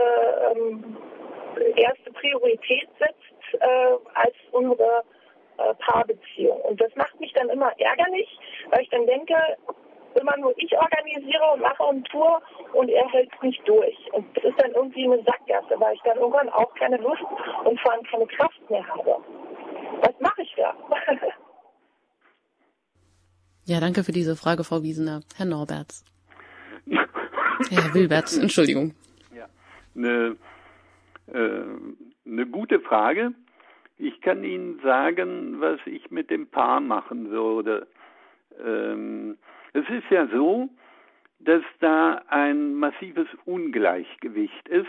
erste Priorität setzt, als unsere Paarbeziehung. Und das macht mich dann immer ärgerlich, weil ich dann denke, immer nur ich organisiere und mache und tue und er hält es nicht durch. Und das ist dann irgendwie eine Sackgasse, weil ich dann irgendwann auch keine Lust und vor allem keine Kraft mehr habe. Was mache ich da? Ja, danke für diese Frage, Frau Wiesener. Herr Norberts. Herr Wilberts, Entschuldigung. Ja, eine gute Frage. Ich kann Ihnen sagen, was ich mit dem Paar machen würde. Es ist ja so, dass da ein massives Ungleichgewicht ist.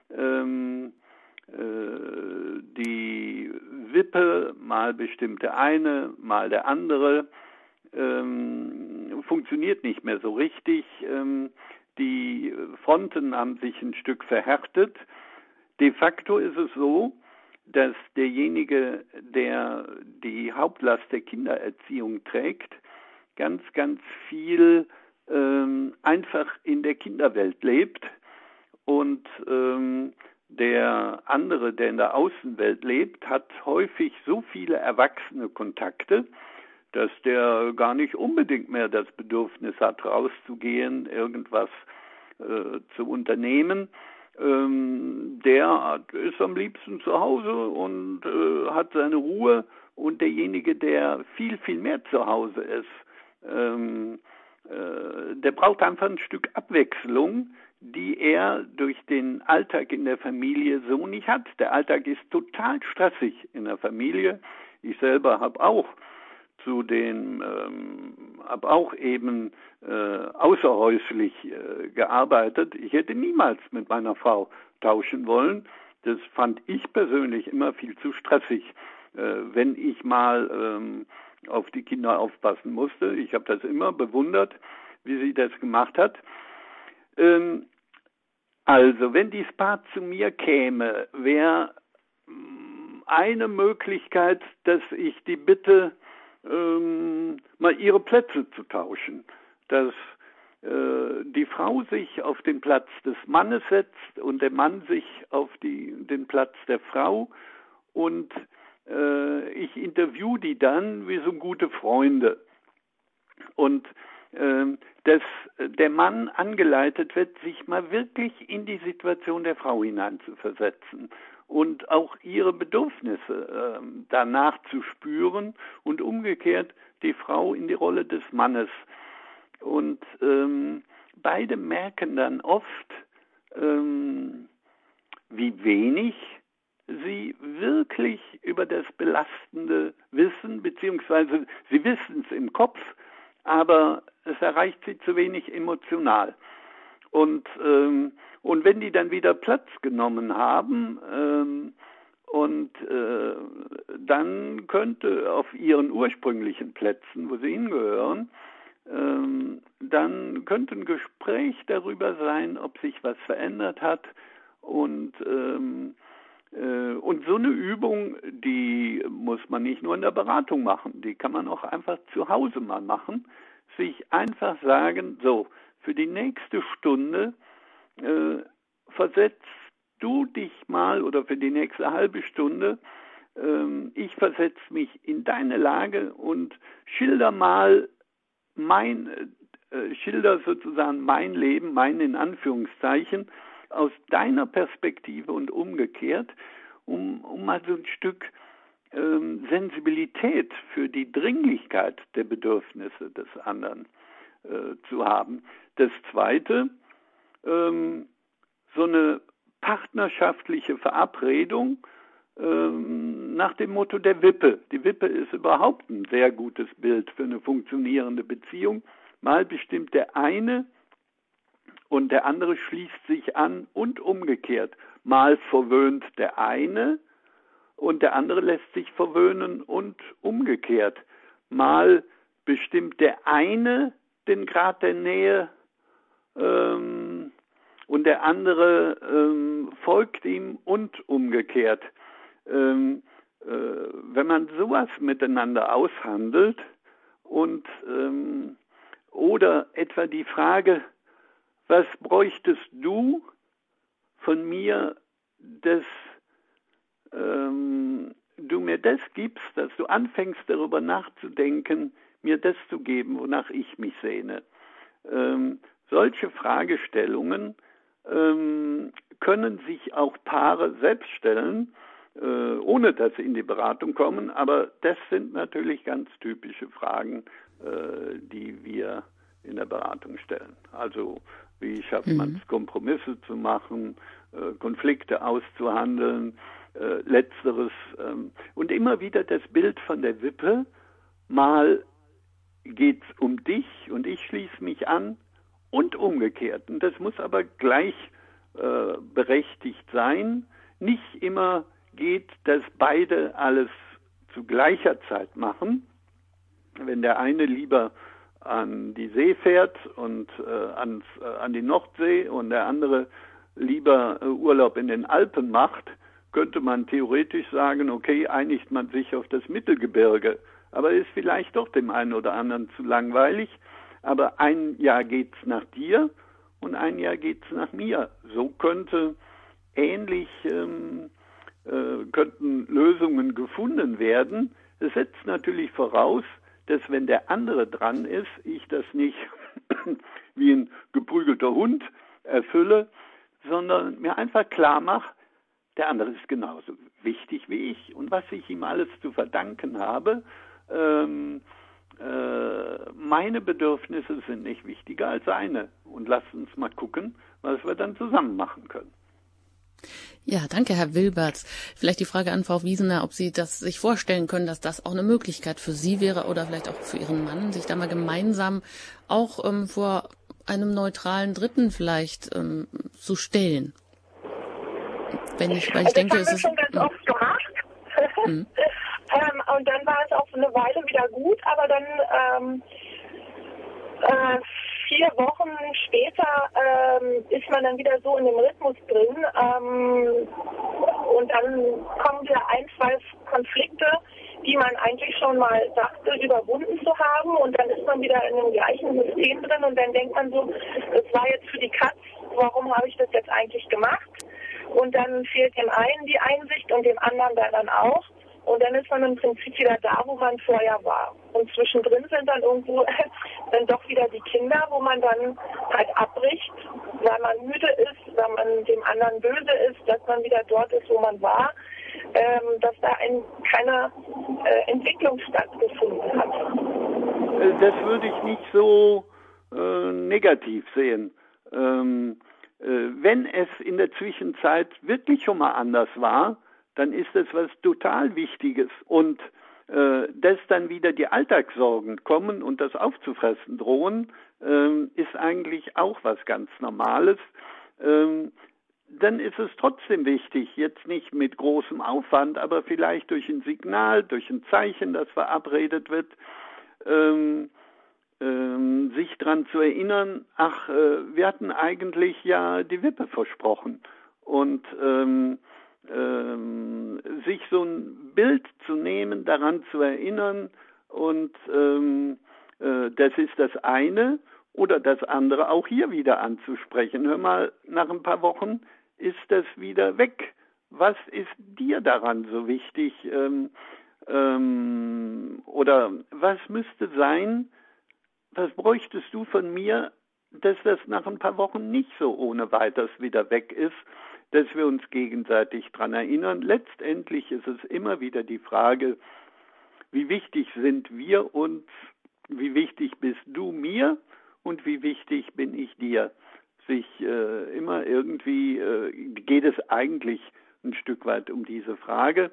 Die Wippe, mal bestimmt der eine, mal der andere, funktioniert nicht mehr so richtig. Die Fronten haben sich ein Stück verhärtet. De facto ist es so, dass derjenige, der die Hauptlast der Kindererziehung trägt, ganz, ganz viel einfach in der Kinderwelt lebt und der andere, der in der Außenwelt lebt, hat häufig so viele erwachsene Kontakte, dass der gar nicht unbedingt mehr das Bedürfnis hat, rauszugehen, irgendwas zu unternehmen. Der ist am liebsten zu Hause und hat seine Ruhe, und derjenige, der viel, viel mehr zu Hause ist, der braucht einfach ein Stück Abwechslung, die er durch den Alltag in der Familie so nicht hat. Der Alltag ist total stressig in der Familie. Ich selber habe auch eben außerhäuslich gearbeitet. Ich hätte niemals mit meiner Frau tauschen wollen. Das fand ich persönlich immer viel zu stressig, wenn ich mal auf die Kinder aufpassen musste. Ich habe das immer bewundert, wie sie das gemacht hat. Also, wenn dieses Paar zu mir käme, wäre eine Möglichkeit, dass ich die bitte, mal ihre Plätze zu tauschen. Dass die Frau sich auf den Platz des Mannes setzt und der Mann sich auf den Platz der Frau, und ich interview die dann wie so gute Freunde. Und dass der Mann angeleitet wird, sich mal wirklich in die Situation der Frau hineinzuversetzen und auch ihre Bedürfnisse danach zu spüren und umgekehrt die Frau in die Rolle des Mannes. Und beide merken dann oft, wie wenig sie wirklich über das Belastende wissen, beziehungsweise sie wissen es im Kopf, aber es erreicht sie zu wenig emotional. Und wenn die dann wieder Platz genommen haben, Und dann könnte auf ihren ursprünglichen Plätzen, wo sie hingehören, dann könnte ein Gespräch darüber sein, ob sich was verändert hat. Und so eine Übung, die muss man nicht nur in der Beratung machen, die kann man auch einfach zu Hause mal machen. Sich einfach sagen, so, für die nächste Stunde versetzt du dich mal, oder für die nächste halbe Stunde, ich versetze mich in deine Lage und schilder sozusagen mein Leben, mein in Anführungszeichen, aus deiner Perspektive und umgekehrt, um mal so ein Stück Sensibilität für die Dringlichkeit der Bedürfnisse des anderen zu haben. Das Zweite, so eine partnerschaftliche Verabredung nach dem Motto der Wippe. Die Wippe ist überhaupt ein sehr gutes Bild für eine funktionierende Beziehung. Mal bestimmt der eine und der andere schließt sich an und umgekehrt. Mal verwöhnt der eine und der andere lässt sich verwöhnen und umgekehrt. Mal bestimmt der eine den Grad der Nähe und der andere folgt ihm und umgekehrt. Wenn man sowas miteinander aushandelt und oder etwa die Frage, was bräuchtest du von mir, dass du mir das gibst, dass du anfängst darüber nachzudenken, mir das zu geben, wonach ich mich sehne. Solche Fragestellungen können sich auch Paare selbst stellen, ohne dass sie in die Beratung kommen, aber das sind natürlich ganz typische Fragen, die wir in der Beratung stellen. Also wie schafft man es, Kompromisse zu machen, Konflikte auszuhandeln, Letzteres. Und immer wieder das Bild von der Wippe, mal geht's um dich und ich schließe mich an und umgekehrt. Und das muss aber gleich berechtigt sein. Nicht immer geht, dass beide alles zu gleicher Zeit machen. Wenn der eine lieber an die See fährt und an die Nordsee und der andere lieber Urlaub in den Alpen macht, könnte man theoretisch sagen, okay, einigt man sich auf das Mittelgebirge, aber ist vielleicht doch dem einen oder anderen zu langweilig. Aber ein Jahr geht's nach dir und ein Jahr geht's nach mir. So könnten Lösungen gefunden werden. Es setzt natürlich voraus, dass wenn der andere dran ist, ich das nicht wie ein geprügelter Hund erfülle, sondern mir einfach klar mache, der andere ist genauso wichtig wie ich und was ich ihm alles zu verdanken habe, meine Bedürfnisse sind nicht wichtiger als seine. Und lasst uns mal gucken, was wir dann zusammen machen können. Ja, danke, Herr Wilberts. Vielleicht die Frage an Frau Wiesener, ob Sie das sich vorstellen können, dass das auch eine Möglichkeit für Sie wäre oder vielleicht auch für Ihren Mann, sich da mal gemeinsam auch vor einem neutralen Dritten vielleicht zu stellen. Weil ich denke, das haben wir schon ganz oft gemacht. Und dann war es auch eine Weile wieder gut, aber dann 4 Wochen später ist man dann wieder so in dem Rhythmus drin und dann kommen wieder 1-2 Konflikte, die man eigentlich schon mal dachte, überwunden zu haben und dann ist man wieder in dem gleichen System drin und dann denkt man so, das war jetzt für die Katz, warum habe ich das jetzt eigentlich gemacht? Und dann fehlt dem einen die Einsicht und dem anderen dann auch. Und dann ist man im Prinzip wieder da, wo man vorher war. Und zwischendrin sind dann irgendwo dann doch wieder die Kinder, wo man dann halt abbricht, weil man müde ist, weil man dem anderen böse ist, dass man wieder dort ist, wo man war, dass da keine Entwicklung stattgefunden hat. Das würde ich nicht so negativ sehen. Wenn es in der Zwischenzeit wirklich schon mal anders war, dann ist das was total Wichtiges. Und dass dann wieder die Alltagssorgen kommen und das aufzufressen drohen, ist eigentlich auch was ganz Normales. dann ist es trotzdem wichtig, jetzt nicht mit großem Aufwand, aber vielleicht durch ein Signal, durch ein Zeichen, das verabredet wird, sich daran zu erinnern, wir hatten eigentlich ja die Wippe versprochen. Und sich so ein Bild zu nehmen, daran zu erinnern und das ist das eine, oder das andere auch hier wieder anzusprechen. Hör mal, nach ein paar Wochen ist das wieder weg. Was ist dir daran so wichtig? Oder was müsste sein, was bräuchtest du von mir, dass das nach ein paar Wochen nicht so ohne weiteres wieder weg ist, dass wir uns gegenseitig daran erinnern. Letztendlich ist es immer wieder die Frage, wie wichtig sind wir uns, wie wichtig bist du mir und wie wichtig bin ich dir. Sich immer irgendwie geht es eigentlich ein Stück weit um diese Frage.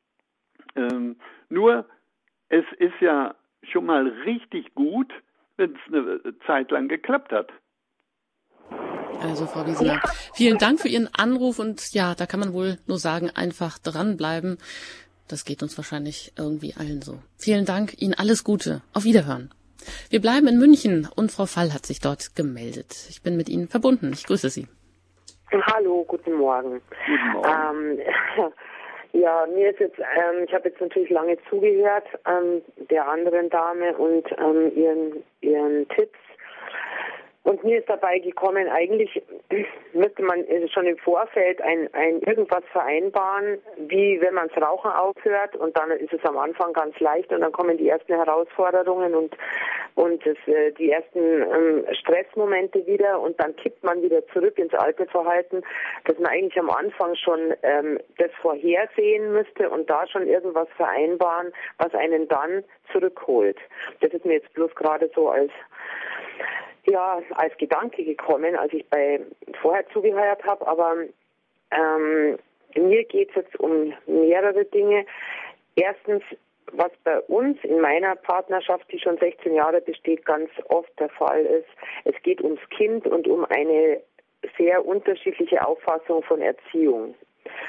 Nur es ist ja schon mal richtig gut, wenn es eine Zeit lang geklappt hat. Also Frau Wieseler, vielen Dank für Ihren Anruf und ja, da kann man wohl nur sagen, einfach dranbleiben. Das geht uns wahrscheinlich irgendwie allen so. Vielen Dank, Ihnen alles Gute. Auf Wiederhören. Wir bleiben in München und Frau Fall hat sich dort gemeldet. Ich bin mit Ihnen verbunden. Ich grüße Sie. Hallo, guten Morgen. Guten Morgen. Ja, mir ist jetzt, ich habe jetzt natürlich lange zugehört, der anderen Dame und ihren Tipps. Und mir ist dabei gekommen, eigentlich müsste man schon im Vorfeld ein irgendwas vereinbaren, wie wenn man das Rauchen aufhört und dann ist es am Anfang ganz leicht und dann kommen die ersten Herausforderungen und die ersten Stressmomente wieder und dann kippt man wieder zurück ins alte Verhalten, dass man eigentlich am Anfang schon das vorhersehen müsste und da schon irgendwas vereinbaren, was einen dann zurückholt. Das ist mir jetzt bloß gerade so als Gedanke gekommen, als ich vorher zugehört habe, aber mir geht es jetzt um mehrere Dinge. Erstens, was bei uns in meiner Partnerschaft, die schon 16 Jahre besteht, ganz oft der Fall ist, es geht ums Kind und um eine sehr unterschiedliche Auffassung von Erziehung.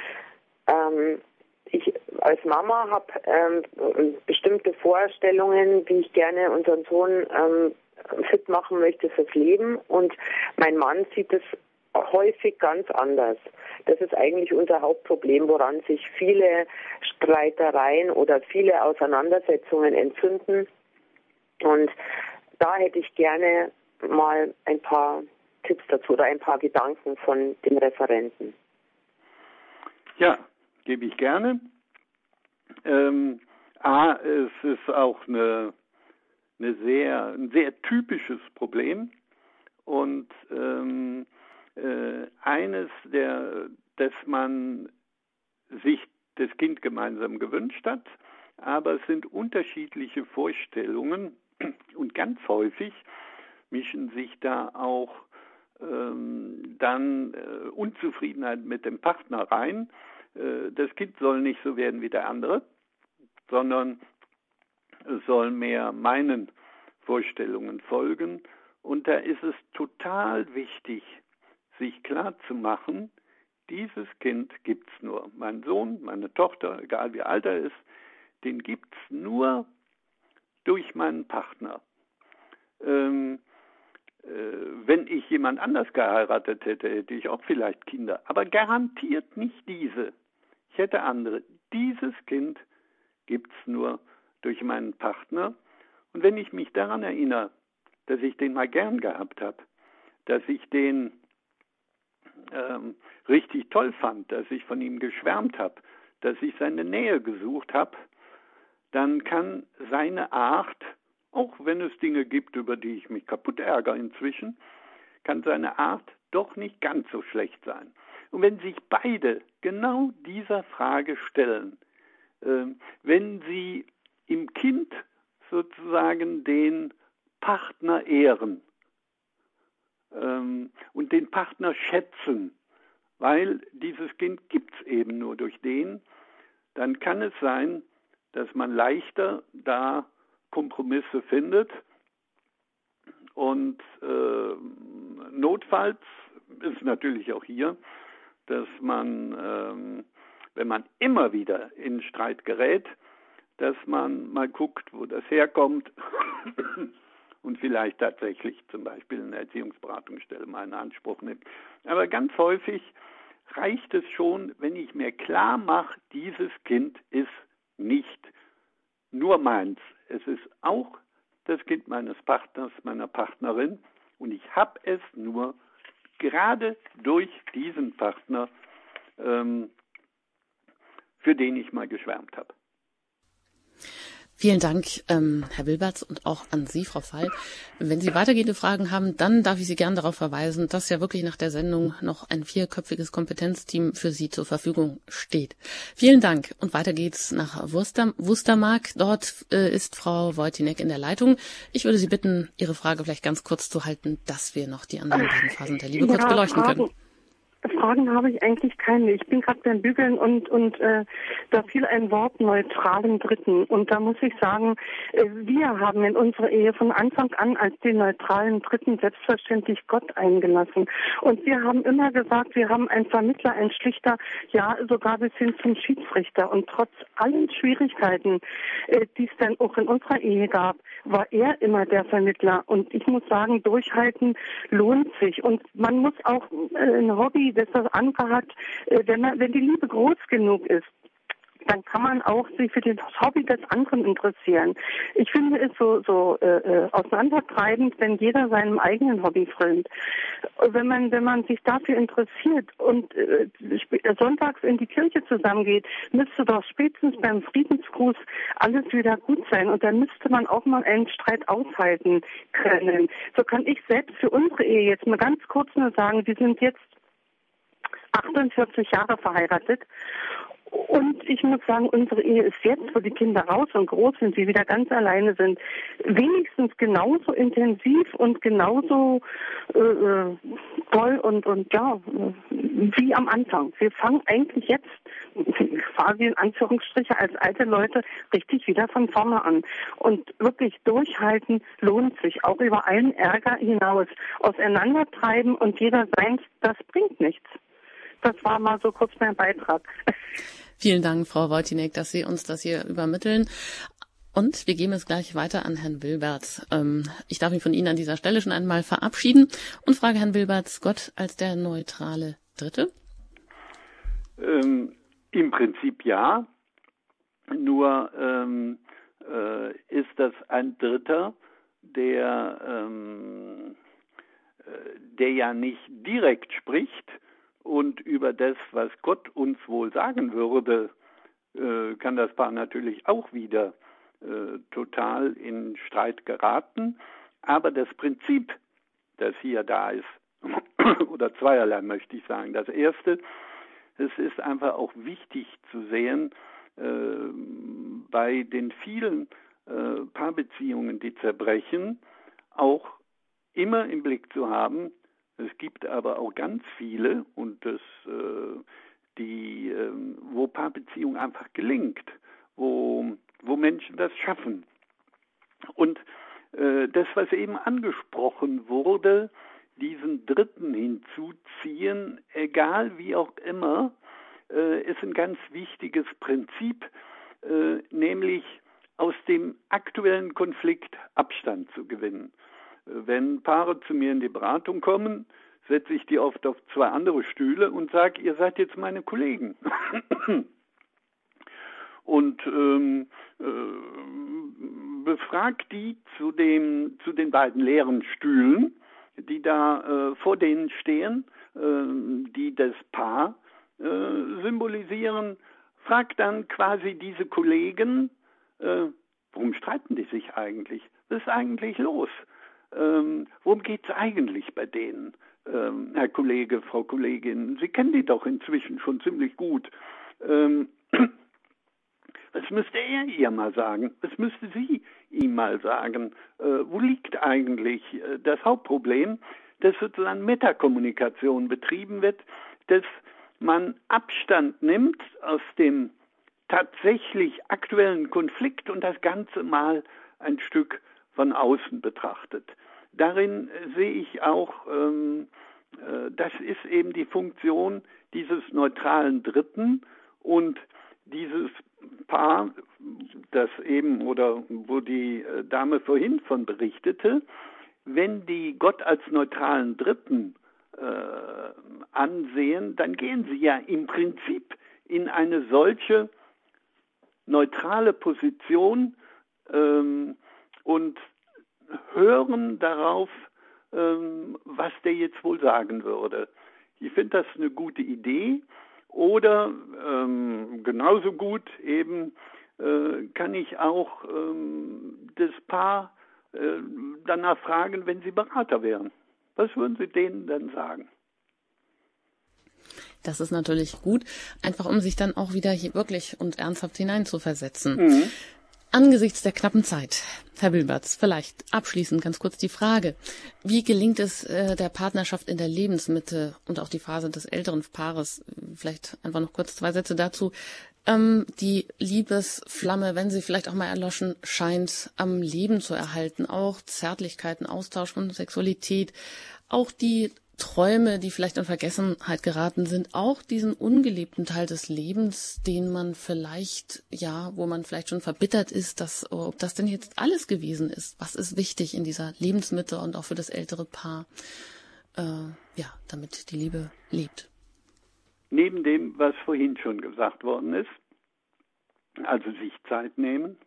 Ich als Mama habe bestimmte Vorstellungen, wie ich gerne unseren Sohn fit machen möchte fürs Leben und mein Mann sieht es häufig ganz anders. Das ist eigentlich unser Hauptproblem, woran sich viele Streitereien oder viele Auseinandersetzungen entzünden und da hätte ich gerne mal ein paar Tipps dazu oder ein paar Gedanken von den Referenten. Ja, gebe ich gerne. Es ist auch ein sehr typisches Problem und eines, dass man sich das Kind gemeinsam gewünscht hat, aber es sind unterschiedliche Vorstellungen und ganz häufig mischen sich da auch dann Unzufriedenheit mit dem Partner rein. Das Kind soll nicht so werden wie der andere, sondern es soll mehr meinen Vorstellungen folgen. Und da ist es total wichtig, sich klarzumachen, dieses Kind gibt's nur. Mein Sohn, meine Tochter, egal wie alt er ist, den gibt's nur durch meinen Partner. Wenn ich jemand anders geheiratet hätte, hätte ich auch vielleicht Kinder, aber garantiert nicht diese. Ich hätte andere. Dieses Kind gibt's nur durch meinen Partner. Und wenn ich mich daran erinnere, dass ich den mal gern gehabt habe, dass ich den richtig toll fand, dass ich von ihm geschwärmt habe, dass ich seine Nähe gesucht habe, dann kann seine Art, auch wenn es Dinge gibt, über die ich mich kaputt ärgere inzwischen, kann seine Art doch nicht ganz so schlecht sein. Und wenn sich beide genau dieser Frage stellen, wenn sie im Kind sozusagen den Partner ehren und den Partner schätzen, weil dieses Kind gibt's eben nur durch den, dann kann es sein, dass man leichter da Kompromisse findet und notfalls ist natürlich auch hier dass man, wenn man immer wieder in Streit gerät, dass man mal guckt, wo das herkommt und vielleicht tatsächlich zum Beispiel eine Erziehungsberatungsstelle mal in Anspruch nimmt. Aber ganz häufig reicht es schon, wenn ich mir klar mache, dieses Kind ist nicht nur meins. Es ist auch das Kind meines Partners, meiner Partnerin, und ich habe es nur gerade durch diesen Partner, für den ich mal geschwärmt habe. Vielen Dank, Herr Wilberts, und auch an Sie, Frau Fall. Wenn Sie weitergehende Fragen haben, dann darf ich Sie gern darauf verweisen, dass ja wirklich nach der Sendung noch ein 4-köpfiges Kompetenzteam für Sie zur Verfügung steht. Vielen Dank. Und weiter geht's nach Wustermark. Dort ist Frau Wojcinek in der Leitung. Ich würde Sie bitten, Ihre Frage vielleicht ganz kurz zu halten, dass wir noch die anderen beiden Phasen der Liebe kurz beleuchten können. Fragen habe ich eigentlich keine. Ich bin gerade beim Bügeln und da fiel ein Wort neutralen Dritten. Und da muss ich sagen, wir haben in unserer Ehe von Anfang an als den neutralen Dritten selbstverständlich Gott eingelassen. Und wir haben immer gesagt, wir haben einen Vermittler, einen Schlichter, ja sogar bis hin zum Schiedsrichter. Und trotz allen Schwierigkeiten, die es dann auch in unserer Ehe gab, war er immer der Vermittler. Und ich muss sagen, durchhalten lohnt sich. Und man muss auch ein Hobby, das das andere hat, wenn die Liebe groß genug ist, dann kann man auch sich für das Hobby des anderen interessieren. Ich finde es so auseinandertreibend, wenn jeder seinem eigenen Hobby frönt. Wenn man sich dafür interessiert und sonntags in die Kirche zusammengeht, müsste doch spätestens beim Friedensgruß alles wieder gut sein. Und dann müsste man auch mal einen Streit aushalten können. So kann ich selbst für unsere Ehe jetzt mal ganz kurz nur sagen, wir sind jetzt 48 Jahre verheiratet. Und ich muss sagen, unsere Ehe ist jetzt, wo die Kinder raus und groß sind, sie wieder ganz alleine sind, wenigstens genauso intensiv und genauso toll und ja, wie am Anfang. Wir fangen eigentlich jetzt, quasi in Anführungsstriche als alte Leute, richtig wieder von vorne an. Und wirklich durchhalten lohnt sich, auch über allen Ärger hinaus. Auseinandertreiben und jeder seins, das bringt nichts. Das war mal so kurz mein Beitrag. Vielen Dank, Frau Wojcinek, dass Sie uns das hier übermitteln. Und wir geben es gleich weiter an Herrn Wilberts. Ich darf mich von Ihnen an dieser Stelle schon einmal verabschieden und frage Herrn Wilberts, Gott als der neutrale Dritte? Im Prinzip ja. Nur ist das ein Dritter, der ja nicht direkt spricht, und über das, was Gott uns wohl sagen würde, kann das Paar natürlich auch wieder total in Streit geraten. Aber das Prinzip, das hier da ist, oder zweierlei möchte ich sagen. Das erste, es ist einfach auch wichtig zu sehen, bei den vielen Paarbeziehungen, die zerbrechen, auch immer im Blick zu haben, es gibt aber auch ganz viele, und wo Paarbeziehung einfach gelingt, wo Menschen das schaffen. Und das, was eben angesprochen wurde, diesen Dritten hinzuziehen, egal wie auch immer, ist ein ganz wichtiges Prinzip, nämlich aus dem aktuellen Konflikt Abstand zu gewinnen. Wenn Paare zu mir in die Beratung kommen, setze ich die oft auf 2 andere Stühle und sage, ihr seid jetzt meine Kollegen. Und befragt die zu den beiden leeren Stühlen, die da vor denen stehen, die das Paar symbolisieren. Fragt dann quasi diese Kollegen, warum streiten die sich eigentlich? Was ist eigentlich los? Worum geht es eigentlich bei denen, Herr Kollege, Frau Kollegin? Sie kennen die doch inzwischen schon ziemlich gut. Was müsste er ihr mal sagen? Was müsste sie ihm mal sagen? Wo liegt eigentlich das Hauptproblem, dass sozusagen Metakommunikation betrieben wird, dass man Abstand nimmt aus dem tatsächlich aktuellen Konflikt und das Ganze mal ein Stück von außen betrachtet. Darin sehe ich auch, das ist eben die Funktion, dieses neutralen Dritten und dieses Paar, das eben, oder wo die Dame vorhin von berichtete, wenn die Gott als neutralen Dritten ansehen, dann gehen sie ja im Prinzip in eine solche neutrale Position und hören darauf, was der jetzt wohl sagen würde. Ich finde das eine gute Idee. Oder genauso gut eben kann ich auch das Paar danach fragen, wenn sie Berater wären. Was würden Sie denen denn sagen? Das ist natürlich gut, einfach um sich dann auch wieder hier wirklich und ernsthaft hineinzuversetzen. Mhm. Angesichts der knappen Zeit, Herr Bülberts, vielleicht abschließend ganz kurz die Frage, wie gelingt es der Partnerschaft in der Lebensmitte und auch die Phase des älteren Paares, vielleicht einfach noch kurz 2 Sätze dazu, die Liebesflamme, wenn sie vielleicht auch mal erloschen scheint, am Leben zu erhalten, auch Zärtlichkeiten, Austausch von Sexualität, auch die Träume, die vielleicht in Vergessenheit geraten sind, auch diesen ungelebten Teil des Lebens, den man vielleicht, ja, wo man vielleicht schon verbittert ist, ob das denn jetzt alles gewesen ist. Was ist wichtig in dieser Lebensmitte und auch für das ältere Paar, damit die Liebe lebt? Neben dem, was vorhin schon gesagt worden ist, also sich Zeit nehmen,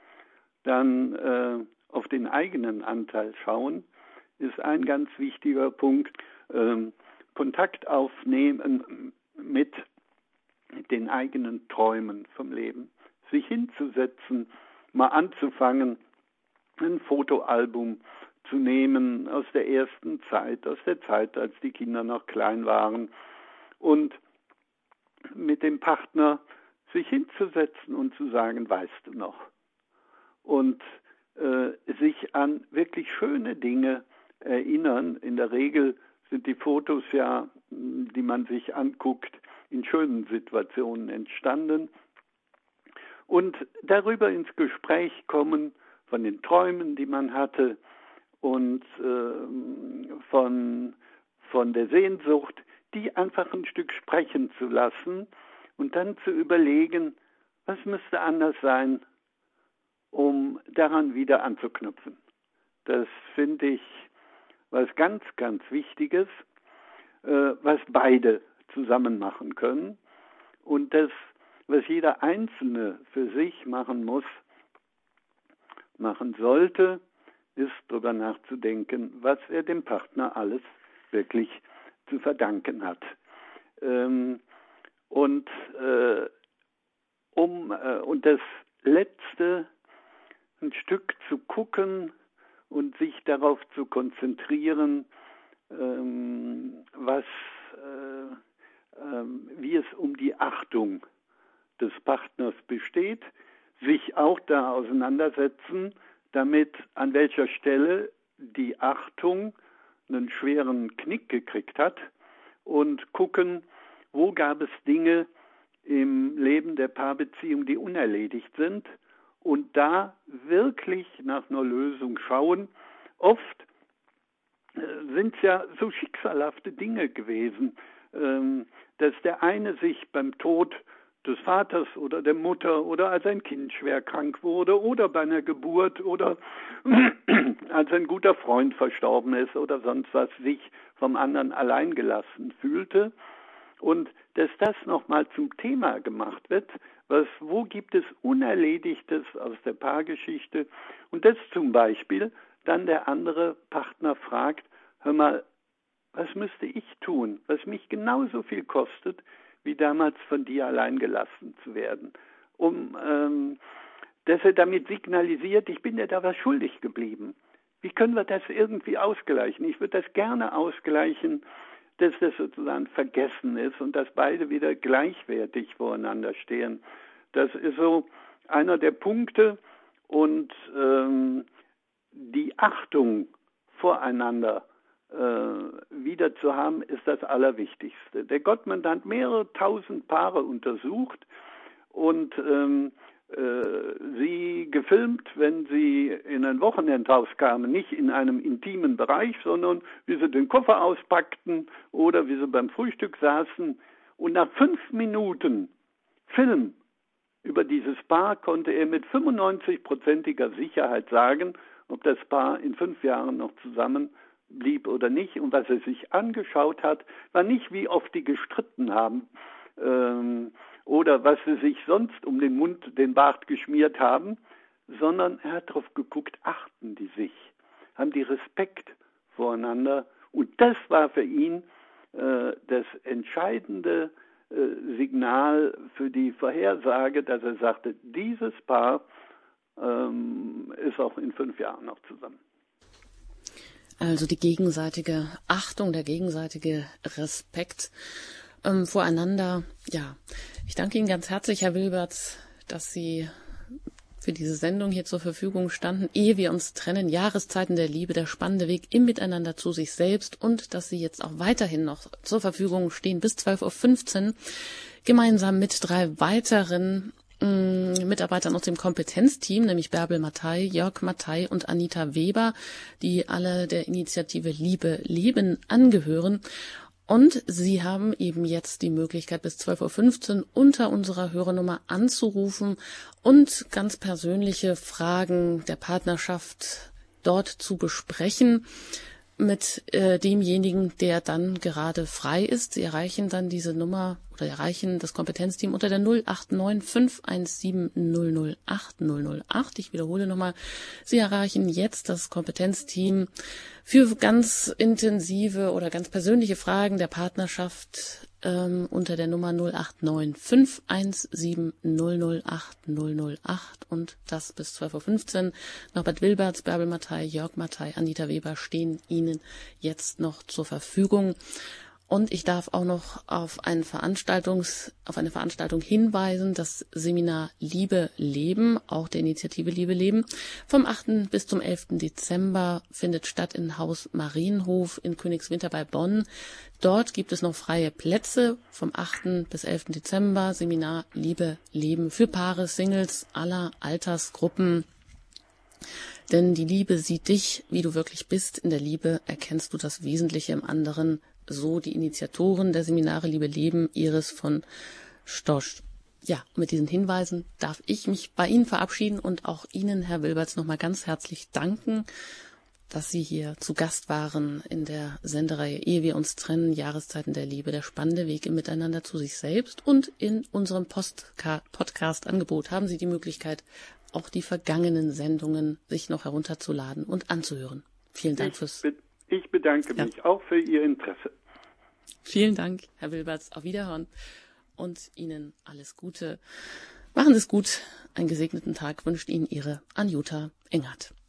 dann auf den eigenen Anteil schauen, ist ein ganz wichtiger Punkt. Kontakt aufnehmen mit den eigenen Träumen vom Leben, sich hinzusetzen, mal anzufangen, ein Fotoalbum zu nehmen aus der ersten Zeit, aus der Zeit, als die Kinder noch klein waren, und mit dem Partner sich hinzusetzen und zu sagen, weißt du noch? Und sich an wirklich schöne Dinge erinnern. In der Regel sind die Fotos ja, die man sich anguckt, in schönen Situationen entstanden. Und darüber ins Gespräch kommen von den Träumen, die man hatte, und von der Sehnsucht, die einfach ein Stück sprechen zu lassen und dann zu überlegen, was müsste anders sein, um daran wieder anzuknüpfen. Das finde ich was ganz, ganz Wichtiges, was beide zusammen machen können. Und das, was jeder Einzelne für sich machen sollte, ist darüber nachzudenken, was er dem Partner alles wirklich zu verdanken hat. Und das Letzte, ein Stück zu gucken und sich darauf zu konzentrieren, wie es um die Achtung des Partners besteht, sich auch da auseinandersetzen, damit an welcher Stelle die Achtung einen schweren Knick gekriegt hat, und gucken, wo gab es Dinge im Leben der Paarbeziehung, die unerledigt sind, und da wirklich nach einer Lösung schauen. Oft sind es ja so schicksalhafte Dinge gewesen, dass der eine sich beim Tod des Vaters oder der Mutter oder als ein Kind schwer krank wurde oder bei einer Geburt oder als ein guter Freund verstorben ist oder sonst was, sich vom anderen allein gelassen fühlte. Und dass das nochmal zum Thema gemacht wird, wo gibt es Unerledigtes aus der Paargeschichte, und das zum Beispiel dann der andere Partner fragt, hör mal, was müsste ich tun, was mich genauso viel kostet, wie damals von dir allein gelassen zu werden, dass er damit signalisiert, ich bin dir da was schuldig geblieben. Wie können wir das irgendwie ausgleichen? Ich würde das gerne ausgleichen, dass das sozusagen vergessen ist und dass beide wieder gleichwertig voreinander stehen. Das ist so einer der Punkte, und die Achtung voreinander wieder zu haben, ist das Allerwichtigste. Der Gottman hat mehrere tausend Paare untersucht und sie gefilmt, wenn sie in ein Wochenendhaus kamen, nicht in einem intimen Bereich, sondern wie sie den Koffer auspackten oder wie sie beim Frühstück saßen Und nach 5 Minuten Film über dieses Paar konnte er mit 95%iger Sicherheit sagen, ob das Paar in 5 Jahren noch zusammen blieb oder nicht. Und was er sich angeschaut hat, war nicht, wie oft die gestritten haben oder was sie sich sonst um den Mund, den Bart geschmiert haben, sondern er hat darauf geguckt, achten die sich, haben die Respekt voreinander. Und das war für ihn das entscheidende Signal für die Vorhersage, dass er sagte, dieses Paar ist auch in 5 Jahren noch zusammen. Also die gegenseitige Achtung, der gegenseitige Respekt voreinander. Ja, ich danke Ihnen ganz herzlich, Herr Wilberts, dass Sie für diese Sendung hier zur Verfügung standen, ehe wir uns trennen, Jahreszeiten der Liebe, der spannende Weg im Miteinander zu sich selbst, und dass Sie jetzt auch weiterhin noch zur Verfügung stehen bis 12.15 Uhr, gemeinsam mit 3 weiteren Mitarbeitern aus dem Kompetenzteam, nämlich Bärbel Mattei, Jörg Mattei und Anita Weber, die alle der Initiative Liebe Leben angehören. Und Sie haben eben jetzt die Möglichkeit, bis 12.15 Uhr unter unserer Hörernummer anzurufen und ganz persönliche Fragen der Partnerschaft dort zu besprechen mit demjenigen, der dann gerade frei ist. Sie erreichen dann diese Nummer oder erreichen das Kompetenzteam unter der 089 517 008 008. Ich wiederhole nochmal, Sie erreichen jetzt das Kompetenzteam für ganz intensive oder ganz persönliche Fragen der Partnerschaft unter der Nummer 089 517 008 008 und das bis 12.15 Uhr. Norbert Wilberts, Bärbel Mattei, Jörg Mattei, Anita Weber stehen Ihnen jetzt noch zur Verfügung. Und ich darf auch noch auf eine Veranstaltung hinweisen, das Seminar Liebe Leben, auch der Initiative Liebe Leben, vom 8. bis zum 11. Dezember findet statt in Haus Marienhof in Königswinter bei Bonn. Dort gibt es noch freie Plätze vom 8. bis 11. Dezember, Seminar Liebe Leben für Paare, Singles aller Altersgruppen. Denn die Liebe sieht dich, wie du wirklich bist. In der Liebe erkennst du das Wesentliche im anderen. So die Initiatoren der Seminare Liebe Leben, Iris von Stosch. Ja, mit diesen Hinweisen darf ich mich bei Ihnen verabschieden und auch Ihnen, Herr Wilberts, nochmal ganz herzlich danken, dass Sie hier zu Gast waren in der Sendereihe Ehe wir uns trennen, Jahreszeiten der Liebe, der spannende Weg im Miteinander zu sich selbst. Und in unserem Podcast-Angebot haben Sie die Möglichkeit, auch die vergangenen Sendungen sich noch herunterzuladen und anzuhören. Vielen Dank Ich bedanke mich auch für Ihr Interesse. Vielen Dank, Herr Wilberts. Auf Wiederhören und Ihnen alles Gute. Machen Sie es gut. Einen gesegneten Tag wünscht Ihnen Ihre Anjuta Engert.